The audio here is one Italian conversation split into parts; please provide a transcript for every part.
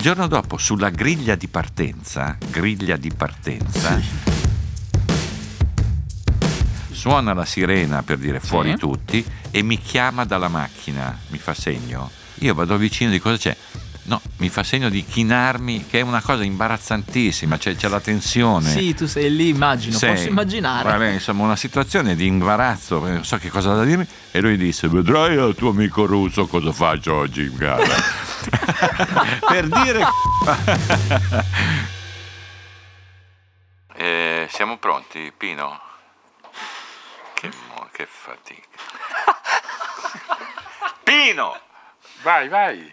giorno dopo, sulla griglia di partenza, suona la sirena per dire fuori tutti e mi chiama dalla macchina, mi fa segno. Io vado vicino di cosa c'è. No, mi fa segno di chinarmi, che è una cosa imbarazzantissima, c'è la tensione. Sì, tu sei lì, immagino, posso immaginare. Vabbè, insomma, una situazione di imbarazzo, non so che cosa da dirmi. E lui disse: vedrai al tuo amico russo cosa faccio oggi in gara. Per dire siamo pronti, Pino? Che fatica. Pino! Vai.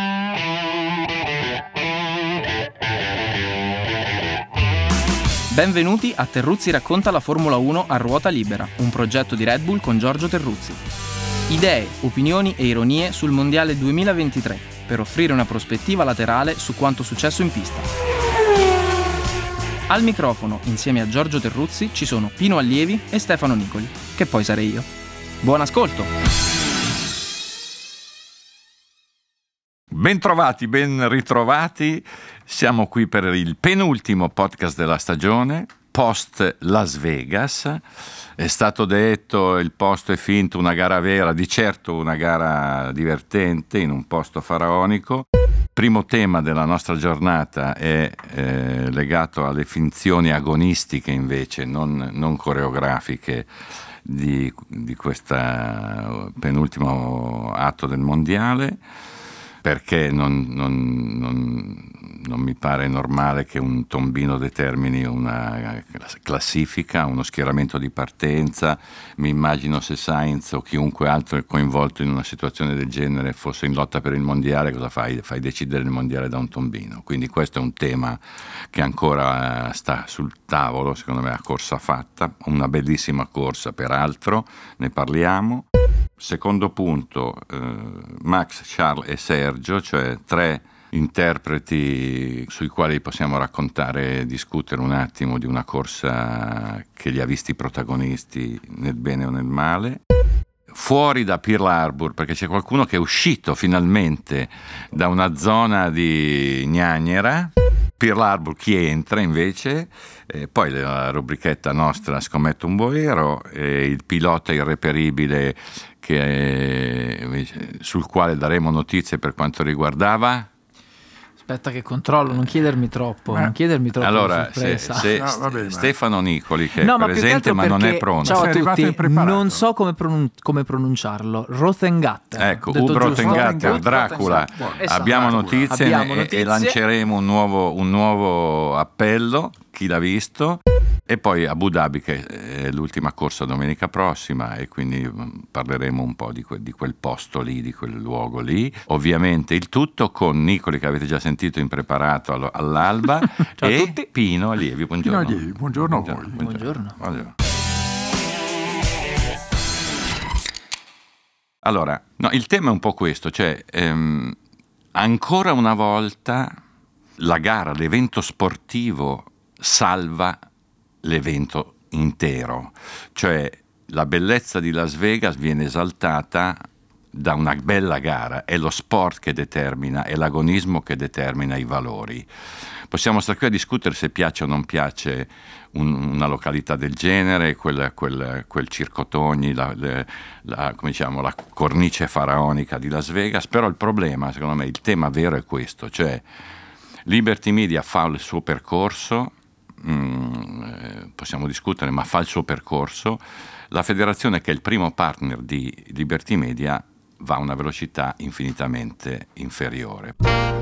Benvenuti a Terruzzi racconta la Formula 1 a ruota libera, un progetto di Red Bull con Giorgio Terruzzi. Idee, opinioni e ironie sul Mondiale 2023 per offrire una prospettiva laterale su quanto successo in pista. Al microfono, insieme a Giorgio Terruzzi, ci sono Pino Allievi e Stefano Nicoli, che poi sarei io. Buon ascolto! Bentrovati, ben ritrovati. Siamo qui per il penultimo podcast della stagione, post Las Vegas. È stato detto il posto è finto, una gara vera, di certo una gara divertente in un posto faraonico. Primo tema della nostra giornata è legato alle finzioni agonistiche invece, non coreografiche di questo penultimo atto del mondiale, perché non mi pare normale che un tombino determini una classifica, uno schieramento di partenza. Mi immagino se Sainz o chiunque altro è coinvolto in una situazione del genere fosse in lotta per il mondiale, cosa fai? Fai decidere il mondiale da un tombino. Quindi questo è un tema che ancora sta sul tavolo, secondo me, a corsa fatta, una bellissima corsa peraltro, ne parliamo. Secondo punto, Max, Charles e Sergio, cioè tre interpreti sui quali possiamo raccontare e discutere un attimo di una corsa che li ha visti protagonisti nel bene o nel male. Fuori da Pearl Harbor, perché c'è qualcuno che è uscito finalmente da una zona di gnagnera. Pearl Harbor, chi entra invece, poi la rubrichetta nostra Scommetto un boero, il pilota irreperibile sul quale daremo notizie per quanto riguardava. Aspetta che controllo, non chiedermi troppo. Allora, Stefano Nicoli, che è presente ma non è pronto. Ciao a tutti, non so come pronunciarlo. Rothengatter. Ecco, Ugo Rothengatter, Dracula. Esatto. Abbiamo notizie e lanceremo un nuovo appello, chi l'ha visto. E poi Abu Dhabi, che è l'ultima corsa domenica prossima, e quindi parleremo un po' di quel posto lì, di quel luogo lì. Ovviamente il tutto con Nicoli, che avete già sentito impreparato all'alba. Ciao e a tutti. Pino Allievi, buongiorno. Pino Allievi, buongiorno a voi. Buongiorno. Allora, no, il tema è un po' questo, cioè ancora una volta la gara, l'evento sportivo salva l'evento intero, cioè la bellezza di Las Vegas viene esaltata da una bella gara, è lo sport che determina, è l'agonismo che determina i valori. Possiamo stare qui a discutere se piace o non piace una località del genere, quel circotogni, come diciamo, la cornice faraonica di Las Vegas, però il problema, secondo me, il tema vero è questo, cioè Liberty Media fa il suo percorso, possiamo discutere, ma fa il suo percorso. La federazione, che è il primo partner di Liberty Media, va a una velocità infinitamente inferiore,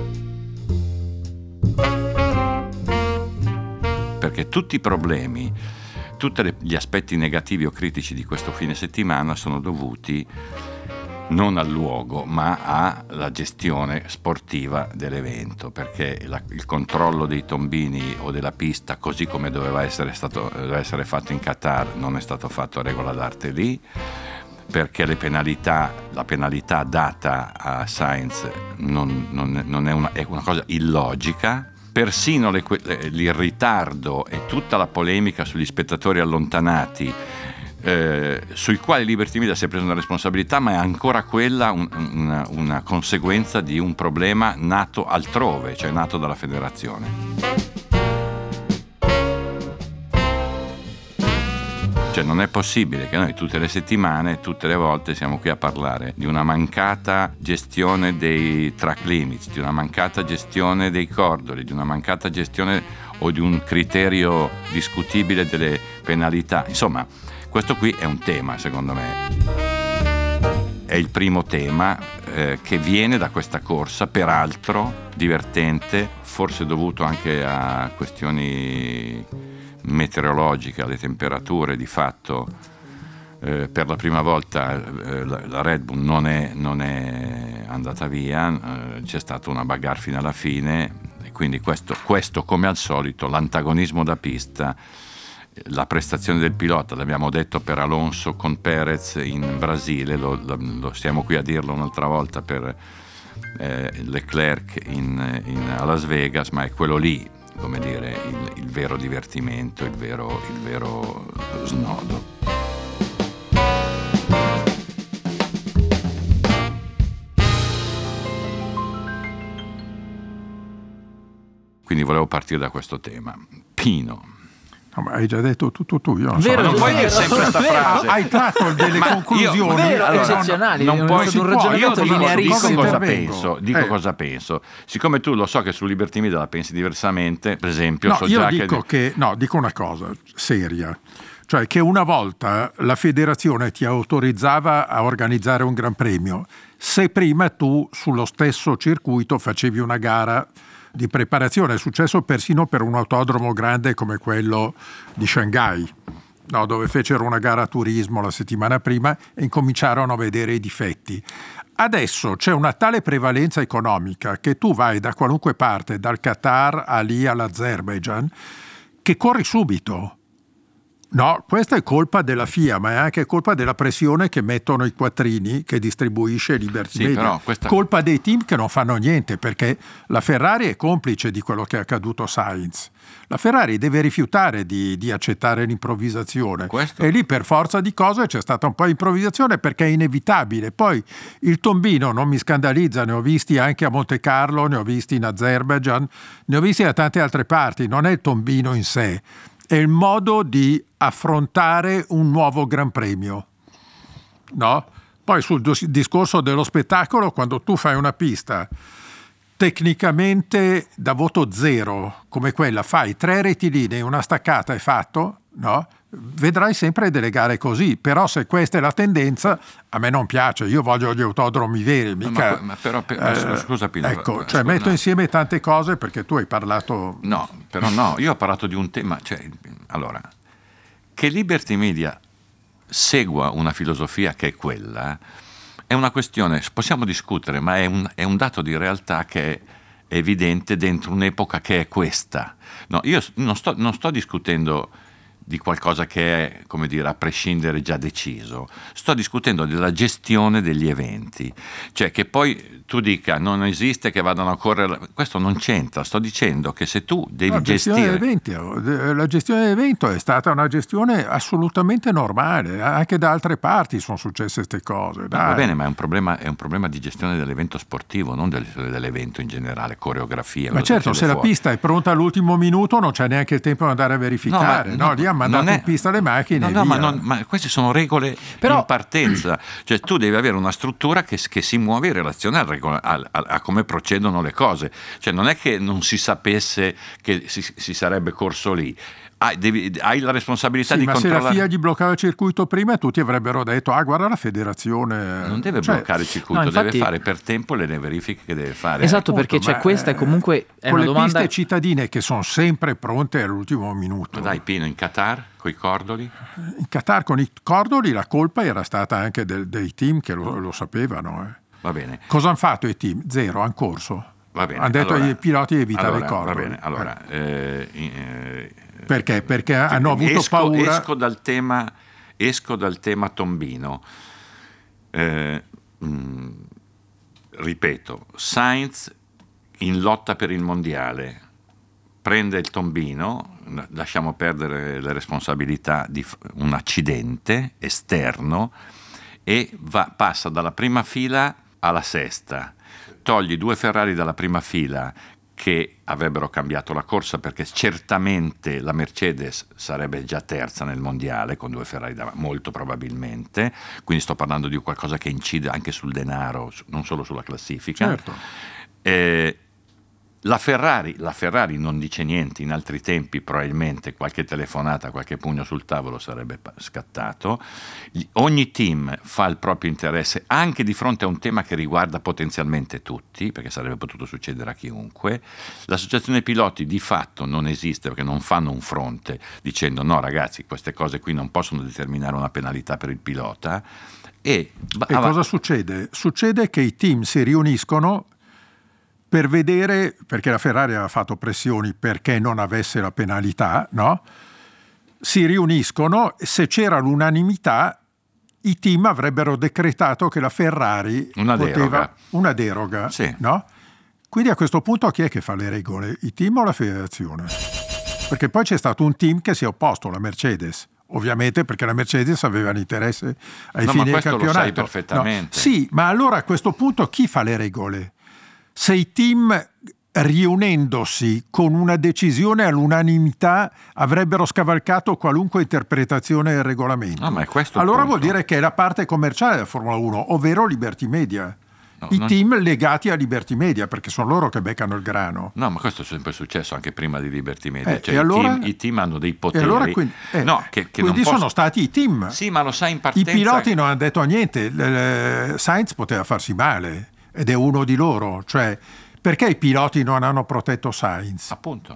perché tutti i problemi, tutti gli aspetti negativi o critici di questo fine settimana sono dovuti non al luogo, ma alla gestione sportiva dell'evento, perché il controllo dei tombini o della pista, così come doveva essere fatto in Qatar, non è stato fatto a regola d'arte lì, perché la penalità data a Sainz è una cosa illogica. Persino il ritardo e tutta la polemica sugli spettatori allontanati sui quali Liberty Media si è presa una responsabilità, ma è ancora quella una conseguenza di un problema nato altrove, cioè nato dalla federazione. Cioè non è possibile che noi tutte le settimane, tutte le volte siamo qui a parlare di una mancata gestione dei track limits, di una mancata gestione dei cordoli, di una mancata gestione o di un criterio discutibile delle penalità. Insomma, questo qui è un tema, secondo me. È il primo tema che viene da questa corsa, peraltro divertente, forse dovuto anche a questioni meteorologiche, alle temperature. Di fatto per la prima volta la Red Bull non è andata via, c'è stata una bagarre fino alla fine, e quindi questo come al solito, l'antagonismo da pista, la prestazione del pilota, l'abbiamo detto per Alonso con Perez in Brasile, lo stiamo qui a dirlo un'altra volta per Leclerc a Las Vegas, ma è quello lì, come dire, il vero divertimento, il vero snodo. Quindi volevo partire da questo tema. Pino. No, ma hai già detto tutto tu, io non Vero, so. Non puoi dire sempre questa frase. Hai tratto delle conclusioni. Eccezionali, non puoi, un ragionamento linearissimo. Dico cosa penso. Siccome tu lo so che su Liberty Media la pensi diversamente, per esempio, No, so io già dico una cosa seria. Cioè che una volta la federazione ti autorizzava a organizzare un gran premio se prima tu sullo stesso circuito facevi una gara di preparazione. È successo persino per un autodromo grande come quello di Shanghai, no, dove fecero una gara a turismo la settimana prima e incominciarono a vedere i difetti. Adesso c'è una tale prevalenza economica che tu vai da qualunque parte, dal Qatar a lì all'Azerbaijan, che corri subito. No, questa è colpa della FIA, ma è anche colpa della pressione che mettono i quattrini che distribuisce Liberty Media. Colpa dei team che non fanno niente, perché la Ferrari è complice di quello che è accaduto a Sainz. La Ferrari deve rifiutare di accettare l'improvvisazione. E lì per forza di cose c'è stata un po' di improvvisazione perché è inevitabile. Poi il tombino non mi scandalizza, ne ho visti anche a Monte Carlo, ne ho visti in Azerbaijan, ne ho visti da tante altre parti. Non è il tombino in sé, è il modo di affrontare un nuovo Gran Premio, no? Poi sul discorso dello spettacolo, quando tu fai una pista tecnicamente da voto 0 come quella, fai 3 rettilinei, una staccata e fatto, no? Vedrai sempre delle gare così, però se questa è la tendenza a me non piace, io voglio gli autodromi veri, mica scusa Pino, ecco, cioè metto insieme tante cose perché tu hai parlato io ho parlato di un tema, cioè, allora, che Liberty Media segua una filosofia che è quella è una questione, possiamo discutere, ma è un dato di realtà che è evidente dentro un'epoca che è questa. No, io non sto discutendo di qualcosa che è, come dire, a prescindere già deciso. Sto discutendo della gestione degli eventi. Cioè che poi tu dica non esiste che vadano a correre, questo non c'entra. Sto dicendo che se tu devi gestire... La gestione dell'evento è stata una gestione assolutamente normale, anche da altre parti sono successe queste cose. Va bene, ma è un problema di gestione dell'evento sportivo, non dell'evento in generale, coreografia. Ma certo, se la pista è pronta all'ultimo minuto non c'è neanche il tempo di andare a verificare. Lì ha mandato in pista le macchine. Ma queste sono regole in partenza. Cioè tu devi avere una struttura che si muove in relazione a come procedono le cose. Cioè non è che non si sapesse che si sarebbe corso lì. Hai la responsabilità di controllare. Ma se la FIA gli bloccava il circuito prima, tutti avrebbero detto guarda la federazione non deve bloccare il circuito, infatti, deve fare per tempo le verifiche che deve fare. Esatto, perché questa è comunque è una domanda. Quelle piste cittadine che sono sempre pronte all'ultimo minuto. Ma dai Pino, in Qatar con i cordoli? In Qatar con i cordoli la colpa era stata anche dei team che lo sapevano. Va bene. Cosa hanno fatto i team? Zero, hanno corso. Va bene. Hanno detto ai piloti di evitare i cordoli. Va bene, allora... Perché? Perché hanno avuto paura. Esco dal tema tombino. Ripeto, Sainz in lotta per il mondiale prende il tombino, lasciamo perdere le responsabilità di un accidente esterno e passa dalla prima fila alla sesta, togli 2 Ferrari dalla prima fila che avrebbero cambiato la corsa, perché certamente la Mercedes sarebbe già terza nel mondiale con 2 Ferrari davanti, molto probabilmente, quindi sto parlando di qualcosa che incide anche sul denaro, non solo sulla classifica. Certo. La Ferrari non dice niente. In altri tempi probabilmente qualche telefonata, qualche pugno sul tavolo sarebbe scattato. Ogni team fa il proprio interesse anche di fronte a un tema che riguarda potenzialmente tutti, perché sarebbe potuto succedere a chiunque. L'associazione piloti di fatto non esiste, perché non fanno un fronte dicendo no ragazzi, queste cose qui non possono determinare una penalità per il pilota. E cosa succede? Succede che i team si riuniscono per vedere, perché la Ferrari aveva fatto pressioni perché non avesse la penalità, no? Si riuniscono, se c'era l'unanimità i team avrebbero decretato che la Ferrari poteva una deroga, sì. No? Quindi a questo punto chi è che fa le regole? I team o la federazione? Perché poi c'è stato un team che si è opposto, la Mercedes. Ovviamente perché la Mercedes aveva l'interesse ai fini del campionato. Lo sai perfettamente. No? Sì, ma allora a questo punto chi fa le regole? Se i team riunendosi con una decisione all'unanimità avrebbero scavalcato qualunque interpretazione del regolamento, ma è questo allora punto. Vuol dire che è la parte commerciale della Formula 1, ovvero Liberty Media. Team legati a Liberty Media, perché sono loro che beccano il grano. No, ma questo è sempre successo anche prima di Liberty Media. Cioè, allora, i team hanno dei poteri. Allora quindi sono stati i team. Sì, ma lo sai in partenza. I piloti non hanno detto niente. Sainz poteva farsi male ed è uno di loro. Cioè, perché i piloti non hanno protetto Sainz? Appunto.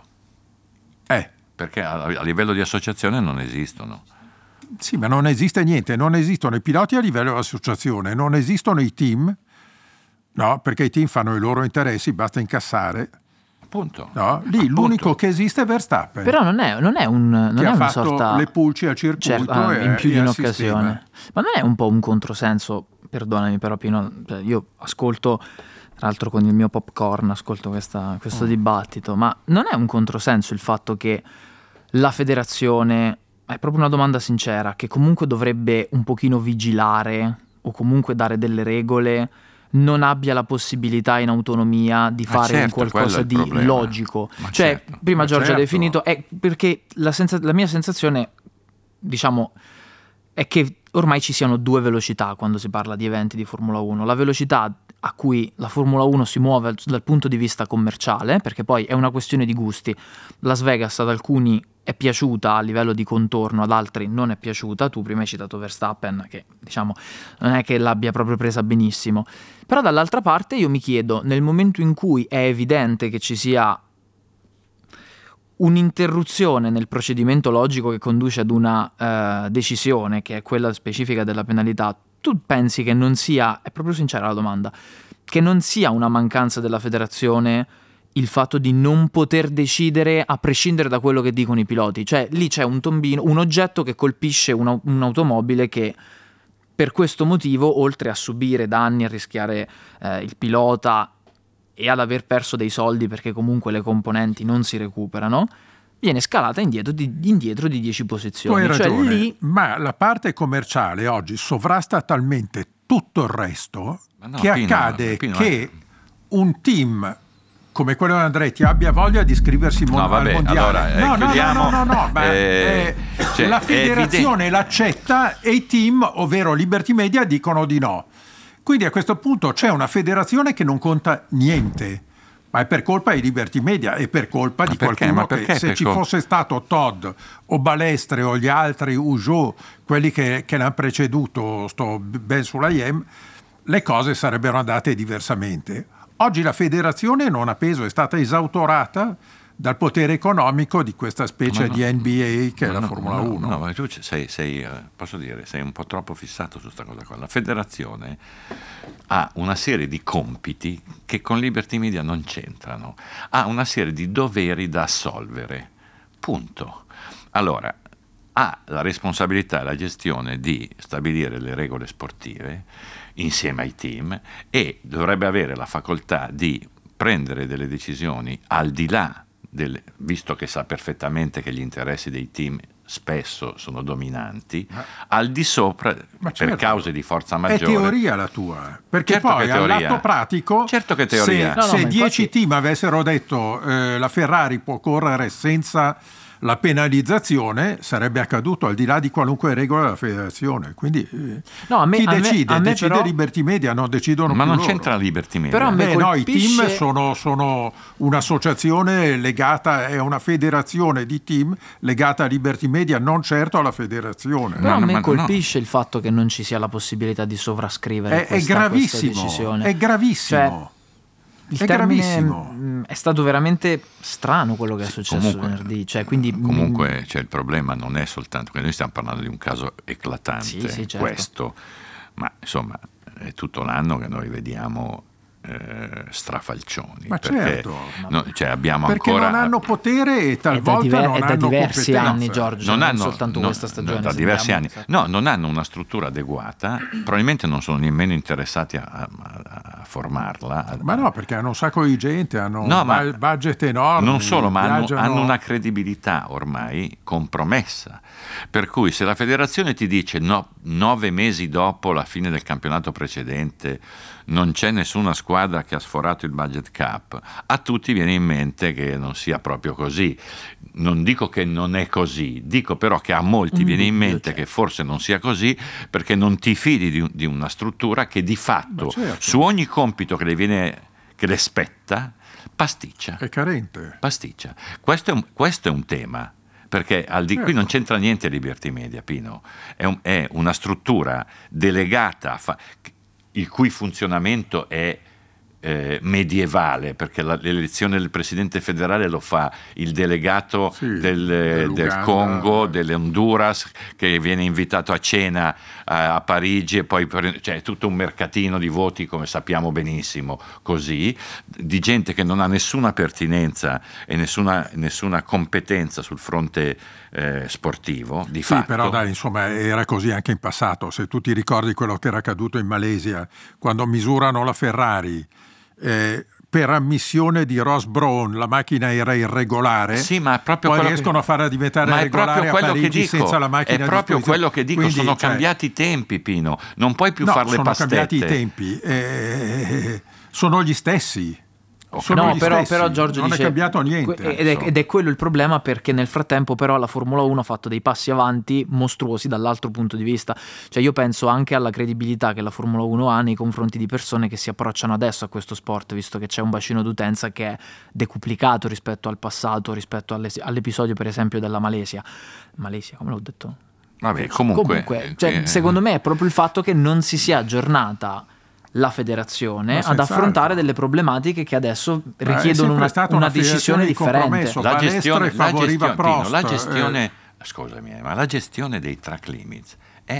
Perché a livello di associazione non esistono. Sì, ma non esiste niente. Non esistono i piloti a livello di associazione, non esistono i team. No, perché i team fanno i loro interessi, basta incassare. Appunto. No, lì l'unico che esiste è Verstappen. Però non è una fatto sorta le pulci al circuito in più di un'occasione. Sistema. Ma non è un po' un controsenso, perdonami però Pino, io ascolto, tra l'altro con il mio popcorn, ascolto questo dibattito, ma non è un controsenso il fatto che la federazione, è proprio una domanda sincera, che comunque dovrebbe un pochino vigilare o comunque dare delle regole, non abbia la possibilità in autonomia di fare un qualcosa di logico. Prima Giorgio ha definito, perché la mia sensazione, diciamo, è che ormai ci siano 2 velocità quando si parla di eventi di Formula 1. La velocità a cui la Formula 1 si muove dal punto di vista commerciale, perché poi è una questione di gusti. Las Vegas ad alcuni è piaciuta a livello di contorno, ad altri non è piaciuta. Tu prima hai citato Verstappen, che diciamo non è che l'abbia proprio presa benissimo. Però dall'altra parte io mi chiedo, nel momento in cui è evidente che ci sia un'interruzione nel procedimento logico che conduce ad una decisione, che è quella specifica della penalità, tu pensi che non sia, è proprio sincera la domanda, che non sia una mancanza della federazione il fatto di non poter decidere a prescindere da quello che dicono i piloti? Cioè lì c'è un tombino, un oggetto che colpisce un'automobile che per questo motivo, oltre a subire danni, a rischiare il pilota e ad aver perso dei soldi perché comunque le componenti non si recuperano, viene scalata indietro di 10 posizioni. Tu hai ragione, lì... ma la parte commerciale oggi sovrasta talmente tutto il resto che accade che un team come quello di Andretti abbia voglia di iscriversi al mondiale. Allora, la federazione l'accetta e i team, ovvero Liberty Media, dicono di no. Quindi a questo punto c'è una federazione che non conta niente, ma è per colpa di Liberty Media e per colpa di qualcuno che se ci fosse stato Todd o Balestre o gli altri Ujo, quelli che l'hanno preceduto, sto ben sulla IEM, le cose sarebbero andate diversamente. Oggi la federazione non ha peso, è stata esautorata dal potere economico di questa specie di NBA che è la Formula 1. No, ma tu posso dire, sei un po' troppo fissato su questa cosa qua. La federazione ha una serie di compiti che con Liberty Media non c'entrano, ha una serie di doveri da assolvere, punto. Allora, ha la responsabilità e la gestione di stabilire le regole sportive insieme ai team e dovrebbe avere la facoltà di prendere delle decisioni al di là visto che sa perfettamente che gli interessi dei team spesso sono dominanti, al di sopra, certo, per cause di forza maggiore. È teoria la tua, perché Certo poi che è teoria. all'atto pratico, Certo che è teoria. se 10 team avessero detto la Ferrari può correre senza la penalizzazione, sarebbe accaduto al di là di qualunque regola della federazione. Quindi chi decide? Decide però, Liberty Media, non decidono ma più non loro. c'entra Liberty Media. Però no, i team sono un'associazione legata, è una federazione di team legata a Liberty Media, non certo alla federazione. Però a me colpisce il fatto che non ci sia la possibilità di sovrascrivere questa decisione. È gravissimo. Il termine è stato veramente strano quello che è successo venerdì. Comunque il problema non è soltanto che noi stiamo parlando di un caso eclatante, certo, questo, ma insomma è tutto l'anno che noi vediamo strafalcioni. Ma perché certo, abbiamo perché ancora, non hanno potere e talvolta non hanno diversi competenza. anni, Giorgio, non soltanto questa stagione. Da diversi anni. No, non hanno una struttura adeguata, probabilmente non sono nemmeno interessati a formarla. Ma no, perché hanno un sacco di gente, hanno budget enormi. Non solo, ma hanno una credibilità ormai compromessa. Per cui se la federazione ti dice 9 mesi dopo la fine del campionato precedente non c'è nessuna squadra che ha sforato il budget cap, a tutti viene in mente che non sia proprio così. Non dico che non è così, dico però che a molti viene in mente che forse non sia così, perché non ti fidi di una struttura che di fatto su ogni compito che le spetta pasticcia. È carente. Pasticcia. Questo è un tema. Perché qui non c'entra niente Liberty Media, Pino, è una struttura delegata il cui funzionamento è medievale, perché l'elezione del presidente federale lo fa il delegato del Congo, dell'Honduras, che viene invitato a cena a Parigi e poi è tutto un mercatino di voti, come sappiamo benissimo, così, di gente che non ha nessuna pertinenza e nessuna competenza sul fronte sportivo, di fatto. Sì, però dai, insomma, era così anche in passato. Se tu ti ricordi quello che era accaduto in Malesia, quando misurano la Ferrari, per ammissione di Ross Brawn la macchina era irregolare, ma proprio poi riescono a farla diventare regolare a Parigi senza la macchina. È proprio quello che dico. Quindi, sono cambiati i tempi, Pino, non puoi più fare le pastette. Sono cambiati i tempi, sono gli stessi. Però Giorgio non dice, è cambiato niente ed è quello il problema, perché nel frattempo però la Formula 1 ha fatto dei passi avanti mostruosi dall'altro punto di vista. Cioè io penso anche alla credibilità che la Formula 1 ha nei confronti di persone che si approcciano adesso a questo sport, visto che c'è un bacino d'utenza che è decuplicato rispetto al passato, rispetto all'episodio per esempio della Malesia, come l'ho detto? Vabbè, comunque secondo me è proprio il fatto che non si sia aggiornata la federazione ad affrontare delle problematiche che adesso richiedono una decisione differente. La gestione dei track limits è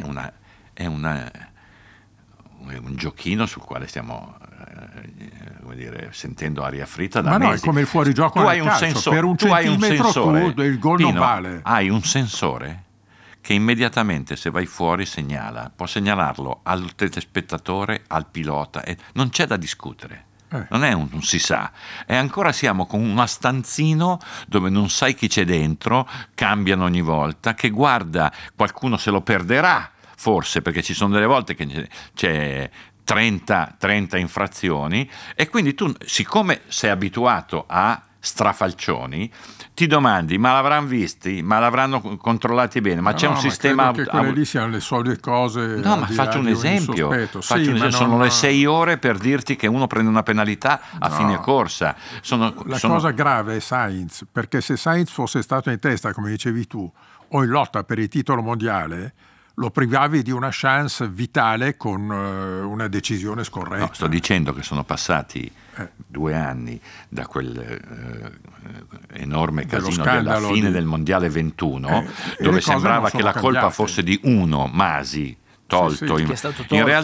un giochino sul quale stiamo sentendo aria fritta da mesi. Ma no, è come il fuorigioco nel calcio, per un centimetro il gol non vale. Hai un sensore che immediatamente, se vai fuori, può segnalarlo al telespettatore, al pilota, e non c'è da discutere. Non è un si sa, e ancora siamo con uno stanzino dove non sai chi c'è dentro, cambiano ogni volta, che guarda, qualcuno se lo perderà forse, perché ci sono delle volte che c'è 30 infrazioni, e quindi tu, siccome sei abituato a strafalcioni, ti domandi: ma l'avranno visti? Ma l'avranno controllati bene? Ma c'è un sistema? Che quelle lì siano le solite cose. No, ma faccio un esempio. Sono le 6 ore per dirti che uno prende una penalità a fine corsa. La cosa grave è Sainz, perché se Sainz fosse stato in testa, come dicevi tu, o in lotta per il titolo mondiale, lo privavi di una chance vitale con una decisione scorretta. No, sto dicendo che sono passati 2 anni da quel enorme casino della fine del mondiale 21, dove sembrava che la colpa fosse di uno, Masi, tolto. che è stato tolto In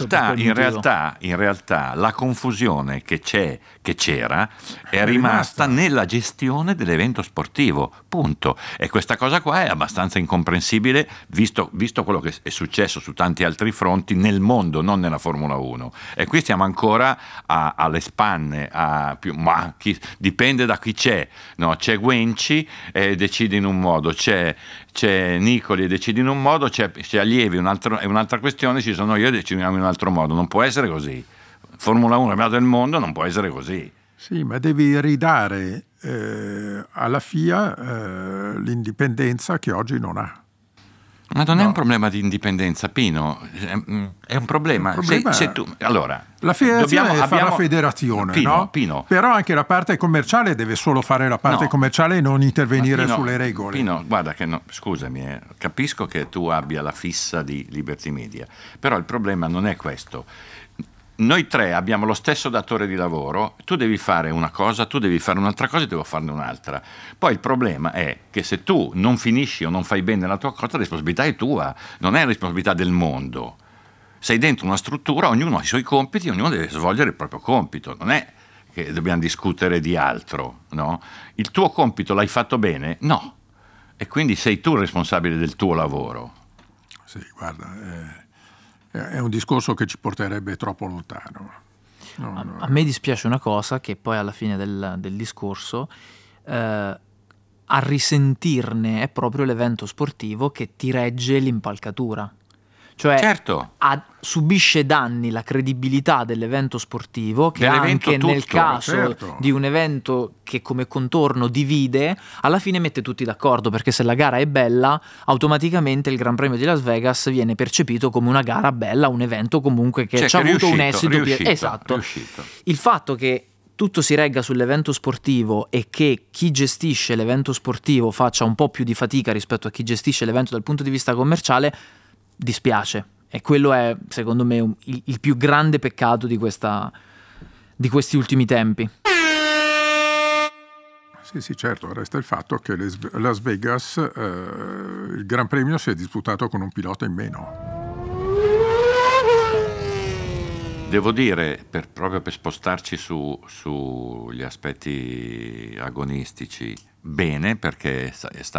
realtà la confusione che c'era è rimasta nella gestione dell'evento sportivo, punto. E questa cosa qua è abbastanza incomprensibile visto quello che è successo su tanti altri fronti nel mondo, non nella Formula 1. E qui stiamo ancora alle spanne, ma dipende da chi c'è. No, c'è Guenci e decide in un modo, c'è Nicoli e decide in un modo, c'è Allievi è un'altra questione, ci sono io e decidiamo in un altro modo. Non può essere così. Formula 1 è campionato del mondo, non può essere così. Sì, ma devi ridare alla FIA l'indipendenza che oggi non ha. Ma non è un problema di indipendenza, Pino, è un problema. Se tu, allora, la federazione fa la federazione, no? Pino. Però anche la parte commerciale deve solo fare la parte commerciale e non intervenire sulle regole. Pino, guarda che scusami, capisco che tu abbia la fissa di Liberty Media, però il problema non è questo. Noi tre abbiamo lo stesso datore di lavoro, tu devi fare una cosa, tu devi fare un'altra cosa e devo farne un'altra. Poi il problema è che se tu non finisci o non fai bene la tua cosa, la responsabilità è tua, non è la responsabilità del mondo. Sei dentro una struttura, ognuno ha i suoi compiti, ognuno deve svolgere il proprio compito, non è che dobbiamo discutere di altro, no? Il tuo compito l'hai fatto bene? No. E quindi sei tu il responsabile del tuo lavoro. Sì, guarda, è un discorso che ci porterebbe troppo lontano. A me dispiace una cosa, che poi alla fine del discorso a risentirne è proprio l'evento sportivo che ti regge l'impalcatura. Cioè certo. Subisce danni la credibilità dell'evento sportivo, che anche nel caso di un evento che come contorno divide, alla fine mette tutti d'accordo, perché se la gara è bella, automaticamente il Gran Premio di Las Vegas viene percepito come una gara bella, un evento comunque che ci ha avuto un esito esatto. Riuscito. Il fatto che tutto si regga sull'evento sportivo e che chi gestisce l'evento sportivo faccia un po' più di fatica rispetto a chi gestisce l'evento dal punto di vista commerciale dispiace, e quello è secondo me il più grande peccato di questi ultimi tempi. Sì, certo, resta il fatto che Las Vegas il Gran Premio si è disputato con un pilota in meno. Devo dire, proprio per spostarci sugli aspetti agonistici, bene, perché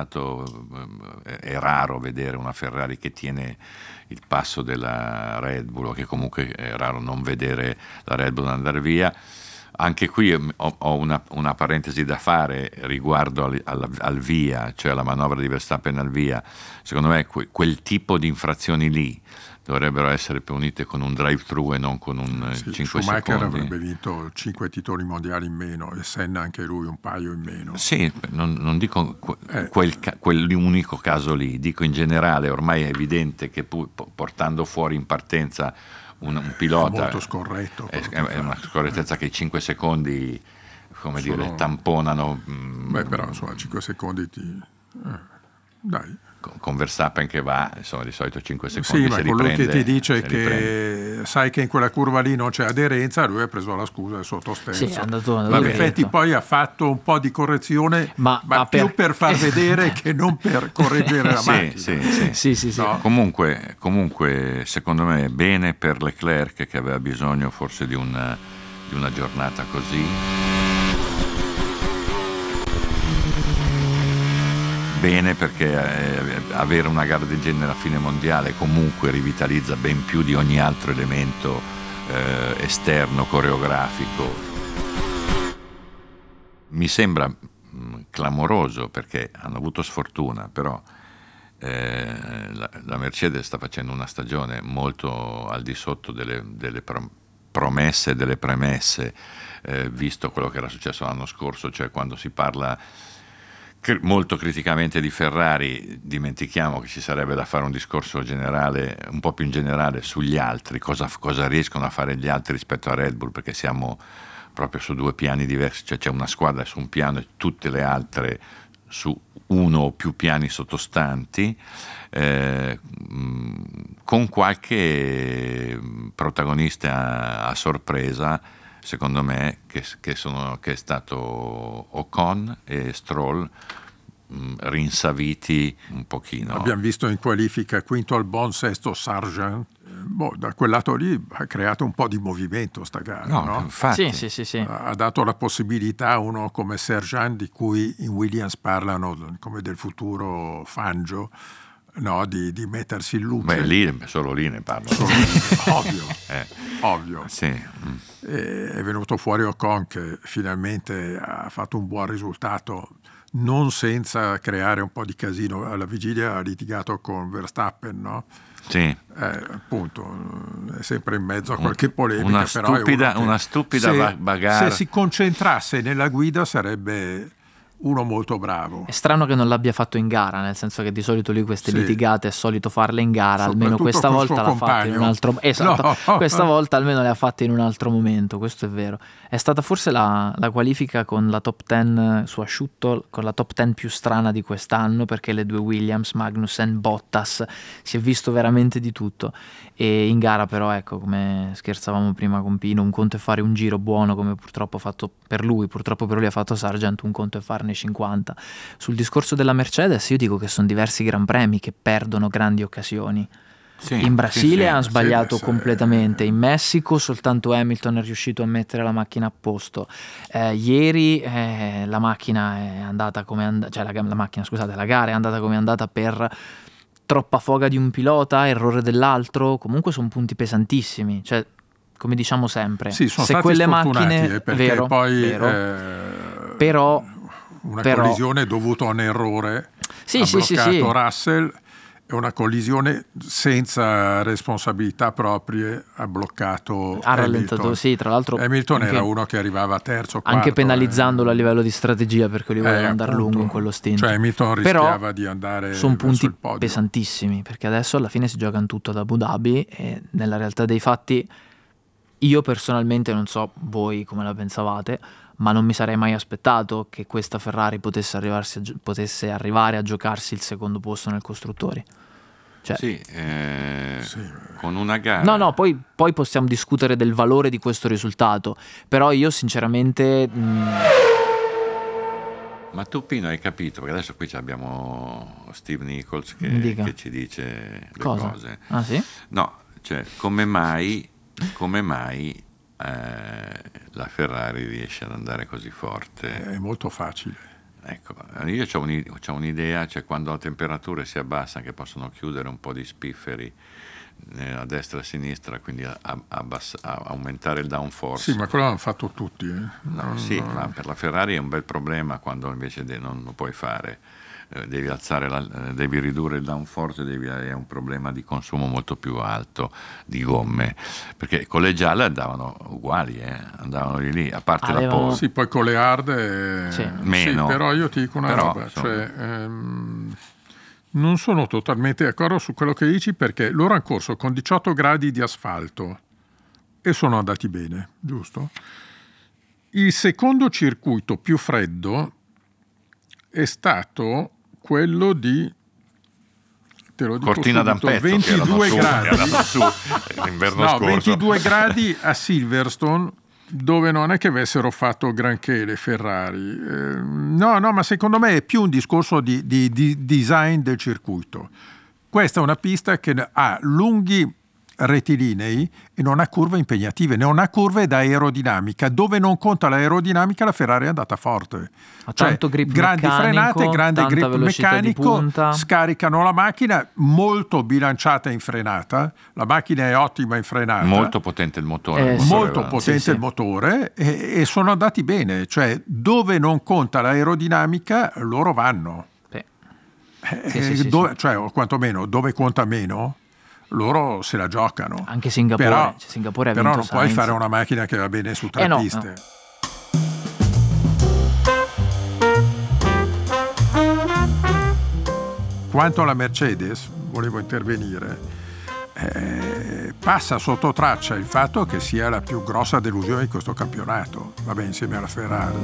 è raro vedere una Ferrari che tiene il passo della Red Bull, o che comunque è raro non vedere la Red Bull andare via. Anche qui ho una parentesi da fare riguardo al via, cioè alla manovra di Verstappen al via. Secondo me quel tipo di infrazioni lì dovrebbero essere punite con un drive-thru e non con un 5 Schumacher secondi. avrebbe vinto 5 titoli mondiali in meno e Senna anche lui un paio in meno. Sì, non dico quell'unico caso lì, dico in generale. Ormai è evidente che portando fuori in partenza un pilota è molto scorretto, è una scorrettezza che i 5 secondi tamponano. Però insomma 5 secondi dai. Con Verstappen che va, insomma, di solito 5 secondi. Sì, ma colui che ti dice che sai che in quella curva lì non c'è aderenza, lui ha preso la scusa del sottosterzo. Sì, è andato in effetti poi ha fatto un po' di correzione, ma più per far vedere che non per correggere la macchina. Sì. No? Comunque, secondo me, bene per Leclerc, che aveva bisogno forse di una giornata così. Bene, perché avere una gara del genere a fine mondiale comunque rivitalizza ben più di ogni altro elemento esterno, coreografico. Mi sembra clamoroso, perché hanno avuto sfortuna, però la Mercedes sta facendo una stagione molto al di sotto delle promesse e delle premesse, visto quello che era successo l'anno scorso, cioè quando si parla molto criticamente di Ferrari, dimentichiamo che ci sarebbe da fare un discorso generale, un po' più in generale, sugli altri, cosa riescono a fare gli altri rispetto a Red Bull, perché siamo proprio su due piani diversi, cioè c'è una squadra su un piano e tutte le altre su uno o più piani sottostanti, con qualche protagonista a sorpresa, secondo me, che è stato Ocon e Stroll, rinsaviti un pochino. Abbiamo visto in qualifica quinto Albon, sesto Sargent, da quel lato lì ha creato un po' di movimento sta gara, no? Infatti. Sì. Ha dato la possibilità a uno come Sergeant, di cui in Williams parlano come del futuro Fangio, no? di mettersi in luce. Solo lì ne parlo. Ovvio. Sì. È venuto fuori Ocon che finalmente ha fatto un buon risultato, non senza creare un po' di casino. Alla vigilia ha litigato con Verstappen, no? Sì. Appunto, è sempre in mezzo a qualche polemica. Una stupida bagarre. Se si concentrasse nella guida sarebbe uno molto bravo. È strano che non l'abbia fatto in gara, nel senso che di solito lui queste litigate è solito farle in gara, almeno questa volta l'ha fatta in un altro questa volta almeno le ha fatte in un altro momento, questo è vero. È stata forse la qualifica con la top 10 su asciutto, con la top 10 più strana di quest'anno, perché le due Williams, Magnussen, Bottas, si è visto veramente di tutto. E in gara però, ecco, come scherzavamo prima con Pino, un conto è fare un giro buono, come purtroppo per lui ha fatto Sargent, un conto è farne 50. Sul discorso della Mercedes io dico che sono diversi gran premi che perdono grandi occasioni. In Brasile hanno sbagliato completamente, in Messico soltanto Hamilton è riuscito a mettere la macchina a posto. Ieri la macchina è andata come la gara è andata come è andata per troppa foga di un pilota, errore dell'altro. Comunque sono punti pesantissimi, cioè, come diciamo sempre, sì, sono se stati quelle sfortunati, macchine perché poi però una collisione dovuta a un errore ha bloccato Russell, e una collisione senza responsabilità proprie ha bloccato rallentato, sì, tra l'altro Hamilton era uno che arrivava terzo, quarto, anche penalizzandolo a livello di strategia, perché lui voleva andare lungo in quello stint. Cioè Hamilton rischiava di andare sono punti il podio. Pesantissimi, perché adesso alla fine si giocano tutto ad Abu Dhabi e nella realtà dei fatti io personalmente, non so voi come la pensavate, ma non mi sarei mai aspettato che questa Ferrari potesse arrivare a giocarsi il secondo posto nel costruttori. Cioè, con una gara. No, poi possiamo discutere del valore di questo risultato, però io sinceramente... Ma tu Pino hai capito, perché adesso qui abbiamo Steve Nichols che ci dice le cose. Ah sì? No, cioè come mai la Ferrari riesce ad andare così forte? È molto facile. Ecco, io c'ho un'idea, cioè quando le temperature si abbassano, che possono chiudere un po' di spifferi a destra e a sinistra, quindi aumentare il downforce. Sì, ma quello l'hanno fatto tutti. Ma per la Ferrari è un bel problema quando invece non lo puoi fare. Devi ridurre il downforce, è un problema di consumo molto più alto di gomme, perché con le gialle andavano uguali, andavano lì, a parte la pole. Sì, poi con le hard meno. Sì, però io ti dico una roba, non sono totalmente d'accordo su quello che dici, perché loro hanno corso con 18 gradi di asfalto e sono andati bene, giusto? Il secondo circuito più freddo è stato quello di, te lo dico Cortina subito, d'Ampezzo, 22 gradi. L'inverno scorso. 22 gradi a Silverstone, dove non è che avessero fatto granché le Ferrari. No, ma secondo me è più un discorso di design del circuito. Questa è una pista che ha lunghi rettilinei e non ha curve impegnative, non ha curve da aerodinamica. Dove non conta l'aerodinamica, la Ferrari è andata forte. Ha tanto grip grandi meccanico, frenate, grande grip meccanico, di scaricano la macchina, molto bilanciata in frenata. La macchina è ottima in frenata, molto potente il motore, il motore, e sono andati bene. Cioè, dove non conta l'aerodinamica, loro vanno. Cioè, o quantomeno dove conta meno, loro se la giocano. Anche Singapore, Singapore ha vinto però non puoi fare una macchina che va bene su tre piste. No. Quanto alla Mercedes, volevo intervenire, passa sotto traccia il fatto che sia la più grossa delusione di questo campionato, vabbè, insieme alla Ferrari.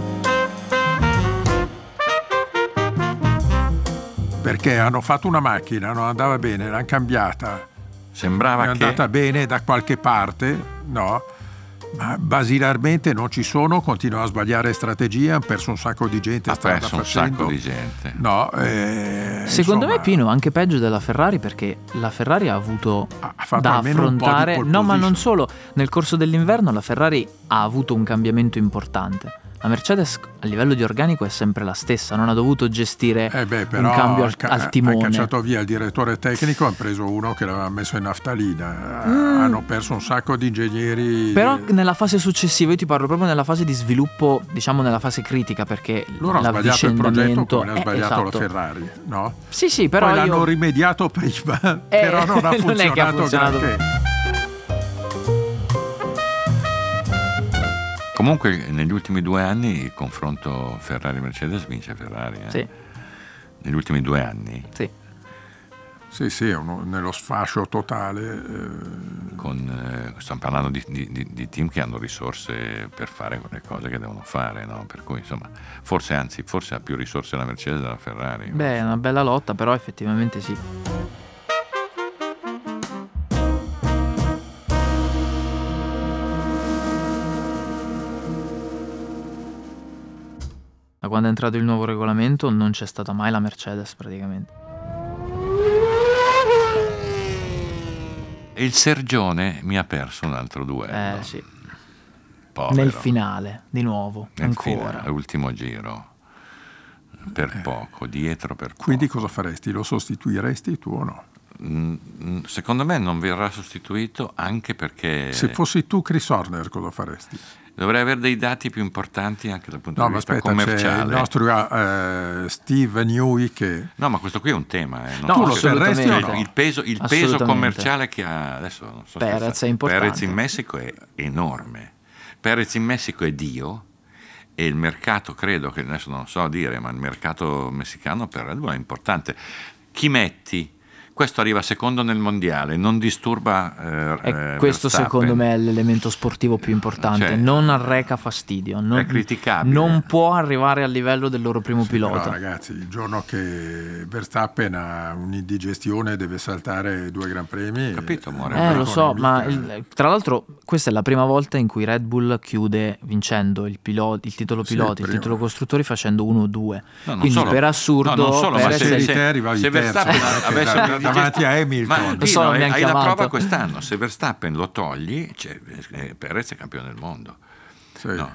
Perché hanno fatto una macchina, non andava bene, l'hanno cambiata. Sembrava è andata bene da qualche parte, no? Ma basilarmente non ci sono, continuano a sbagliare strategie, hanno perso un sacco di gente. Ha perso un sacco di gente. No, secondo insomma, me Pino anche peggio della Ferrari, perché la Ferrari ha avuto fatto da almeno un po' di affrontare, pole no, ma non position. solo, nel corso dell'inverno la Ferrari ha avuto un cambiamento importante. La Mercedes a livello di organico è sempre la stessa, non ha dovuto gestire però un cambio al hanno timone. cacciato via il direttore tecnico, hanno preso uno che l'aveva messo in naftalina, hanno perso un sacco di ingegneri. Però nella fase successiva, io ti parlo proprio nella fase di sviluppo, diciamo nella fase critica, perché loro hanno sbagliato il progetto come ha sbagliato esatto. la Ferrari, no? Sì, però poi l'hanno rimediato prima, però non ha non è che ha funzionato funzionato. granché. Comunque negli ultimi 2 anni il confronto Ferrari-Mercedes vince Ferrari. Sì. Negli ultimi 2 anni. Sì. Sì, nello sfascio totale. Stiamo parlando di team che hanno risorse per fare le cose che devono fare, no? Per cui insomma, forse ha più risorse la Mercedes della Ferrari. Beh, è una bella lotta, però effettivamente sì. Da quando è entrato il nuovo regolamento non c'è stata mai la Mercedes praticamente. E il Sergione mi ha perso un altro duello. Sì. Povero. Nel finale, di nuovo, ancora. All'ultimo giro. Per poco, dietro per poco. Quindi cosa faresti? Lo sostituiresti tu o no? Secondo me non verrà sostituito, anche perché Se fossi tu Chris Horner cosa faresti? dovrei avere dei dati più importanti anche dal punto No, di ma vista aspetta, c'è commerciale. il nostro Steve Newey che... No, ma questo qui è un tema. No, tu lo assolutamente. terresti o no? Il peso Assolutamente. commerciale che ha adesso, non so se Perez è importante. Perez in Messico è enorme. Perez in Messico è Dio, e il mercato, credo che adesso non so dire, ma il mercato messicano per Red Bull è importante. Chi metti? Questo arriva secondo nel mondiale, non disturba Questo Verstappen. secondo me è l'elemento sportivo più importante, Cioè, non arreca fastidio, è criticabile. non può arrivare al livello del loro primo pilota. Però, ragazzi, il giorno che Verstappen ha un'indigestione deve saltare 2 Gran Premi. Capito, amore? Lo so, ma mica- tra l'altro questa è la prima volta in cui Red Bull chiude vincendo il titolo Sì, piloti, il prima. titolo costruttori facendo 1-2. No, non Quindi solo. per assurdo No, non solo, ma Perez se è- te arrivavi se terzo, Verstappen avesse davanti a Hamilton. Ma Lo so, Dino, mi han hai la chiamato. prova quest'anno, se Verstappen lo togli, Perez è campione del mondo. Sì. No,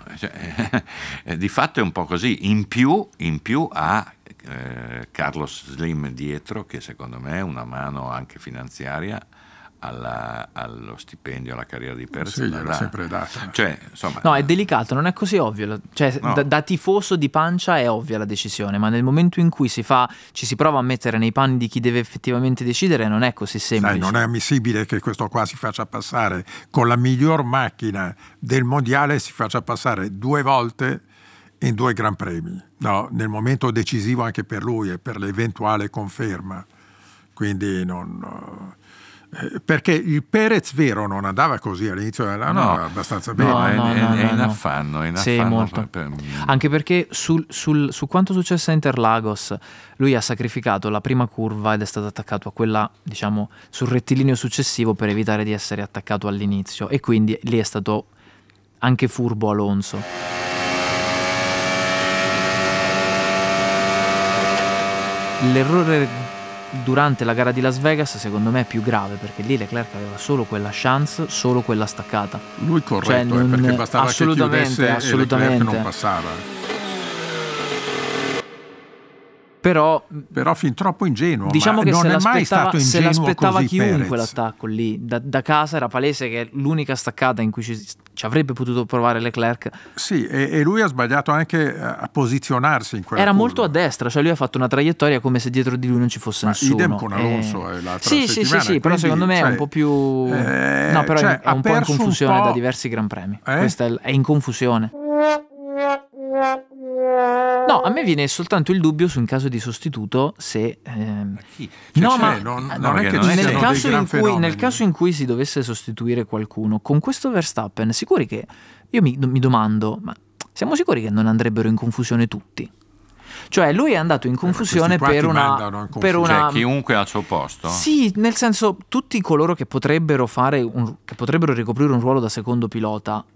di fatto è un po' così. In più ha Carlos Slim dietro, che secondo me è una mano anche finanziaria allo stipendio, alla carriera di Perez. Sì, la gliel'ha dà. sempre data. Cioè, insomma, No, è delicato, non è così ovvio. Cioè, No. da tifoso di pancia è ovvia la decisione, ma nel momento in cui ci si prova a mettere nei panni di chi deve effettivamente decidere, non è così semplice. Dai, non è ammissibile che questo qua si faccia passare con la miglior macchina del mondiale, si faccia passare 2 volte in 2 Gran Premi, no, nel momento decisivo anche per lui e per l'eventuale conferma. Quindi perché il Perez vero non andava così all'inizio dell'anno, No. era abbastanza bene. no, No, è in no. affanno, è in Sì, affanno molto. per- Anche perché su quanto successo a Interlagos, lui ha sacrificato la prima curva ed è stato attaccato a quella, diciamo, sul rettilineo successivo per evitare di essere attaccato all'inizio, e quindi lì è stato anche furbo Alonso. L'errore durante la gara di Las Vegas secondo me è più grave, perché lì Leclerc aveva solo quella chance, solo quella staccata. Lui corretto, Cioè, non- perché bastava che assolutamente, chiudesse e assolutamente. Leclerc non passava. Però Però fin troppo ingenuo, diciamo ma che non se è mai l'aspettava, stato se ingenuo l'aspettava così chiunque Perez. l'attacco lì, da casa era palese che l'unica staccata in cui ci avrebbe potuto provare Leclerc Sì, e lui ha sbagliato anche a posizionarsi in quella era curva. molto a destra, cioè lui ha fatto una traiettoria come se dietro di lui non ci fosse Ma nessuno. idem con Alonso l'altra sì, settimana, sì, però quindi, secondo me è cioè, un po' più no, però cioè, è un ha po' in perso un confusione po'. da diversi Gran Premi. Eh? Questa è in confusione. No, a me viene soltanto il dubbio su un caso di sostituto se Chi? Cioè, no, c'è, ma non no, è perché che non ci è siano che- dei gran fenomeni. nel caso in cui si dovesse sostituire qualcuno con questo Verstappen, sicuri che io mi domando, ma siamo sicuri che non andrebbero in confusione tutti? Cioè lui è andato in confusione questi qua per ti mandano in per confusione. una Cioè, chiunque al suo posto? sì, nel senso tutti coloro che potrebbero ricoprire un ruolo da secondo pilota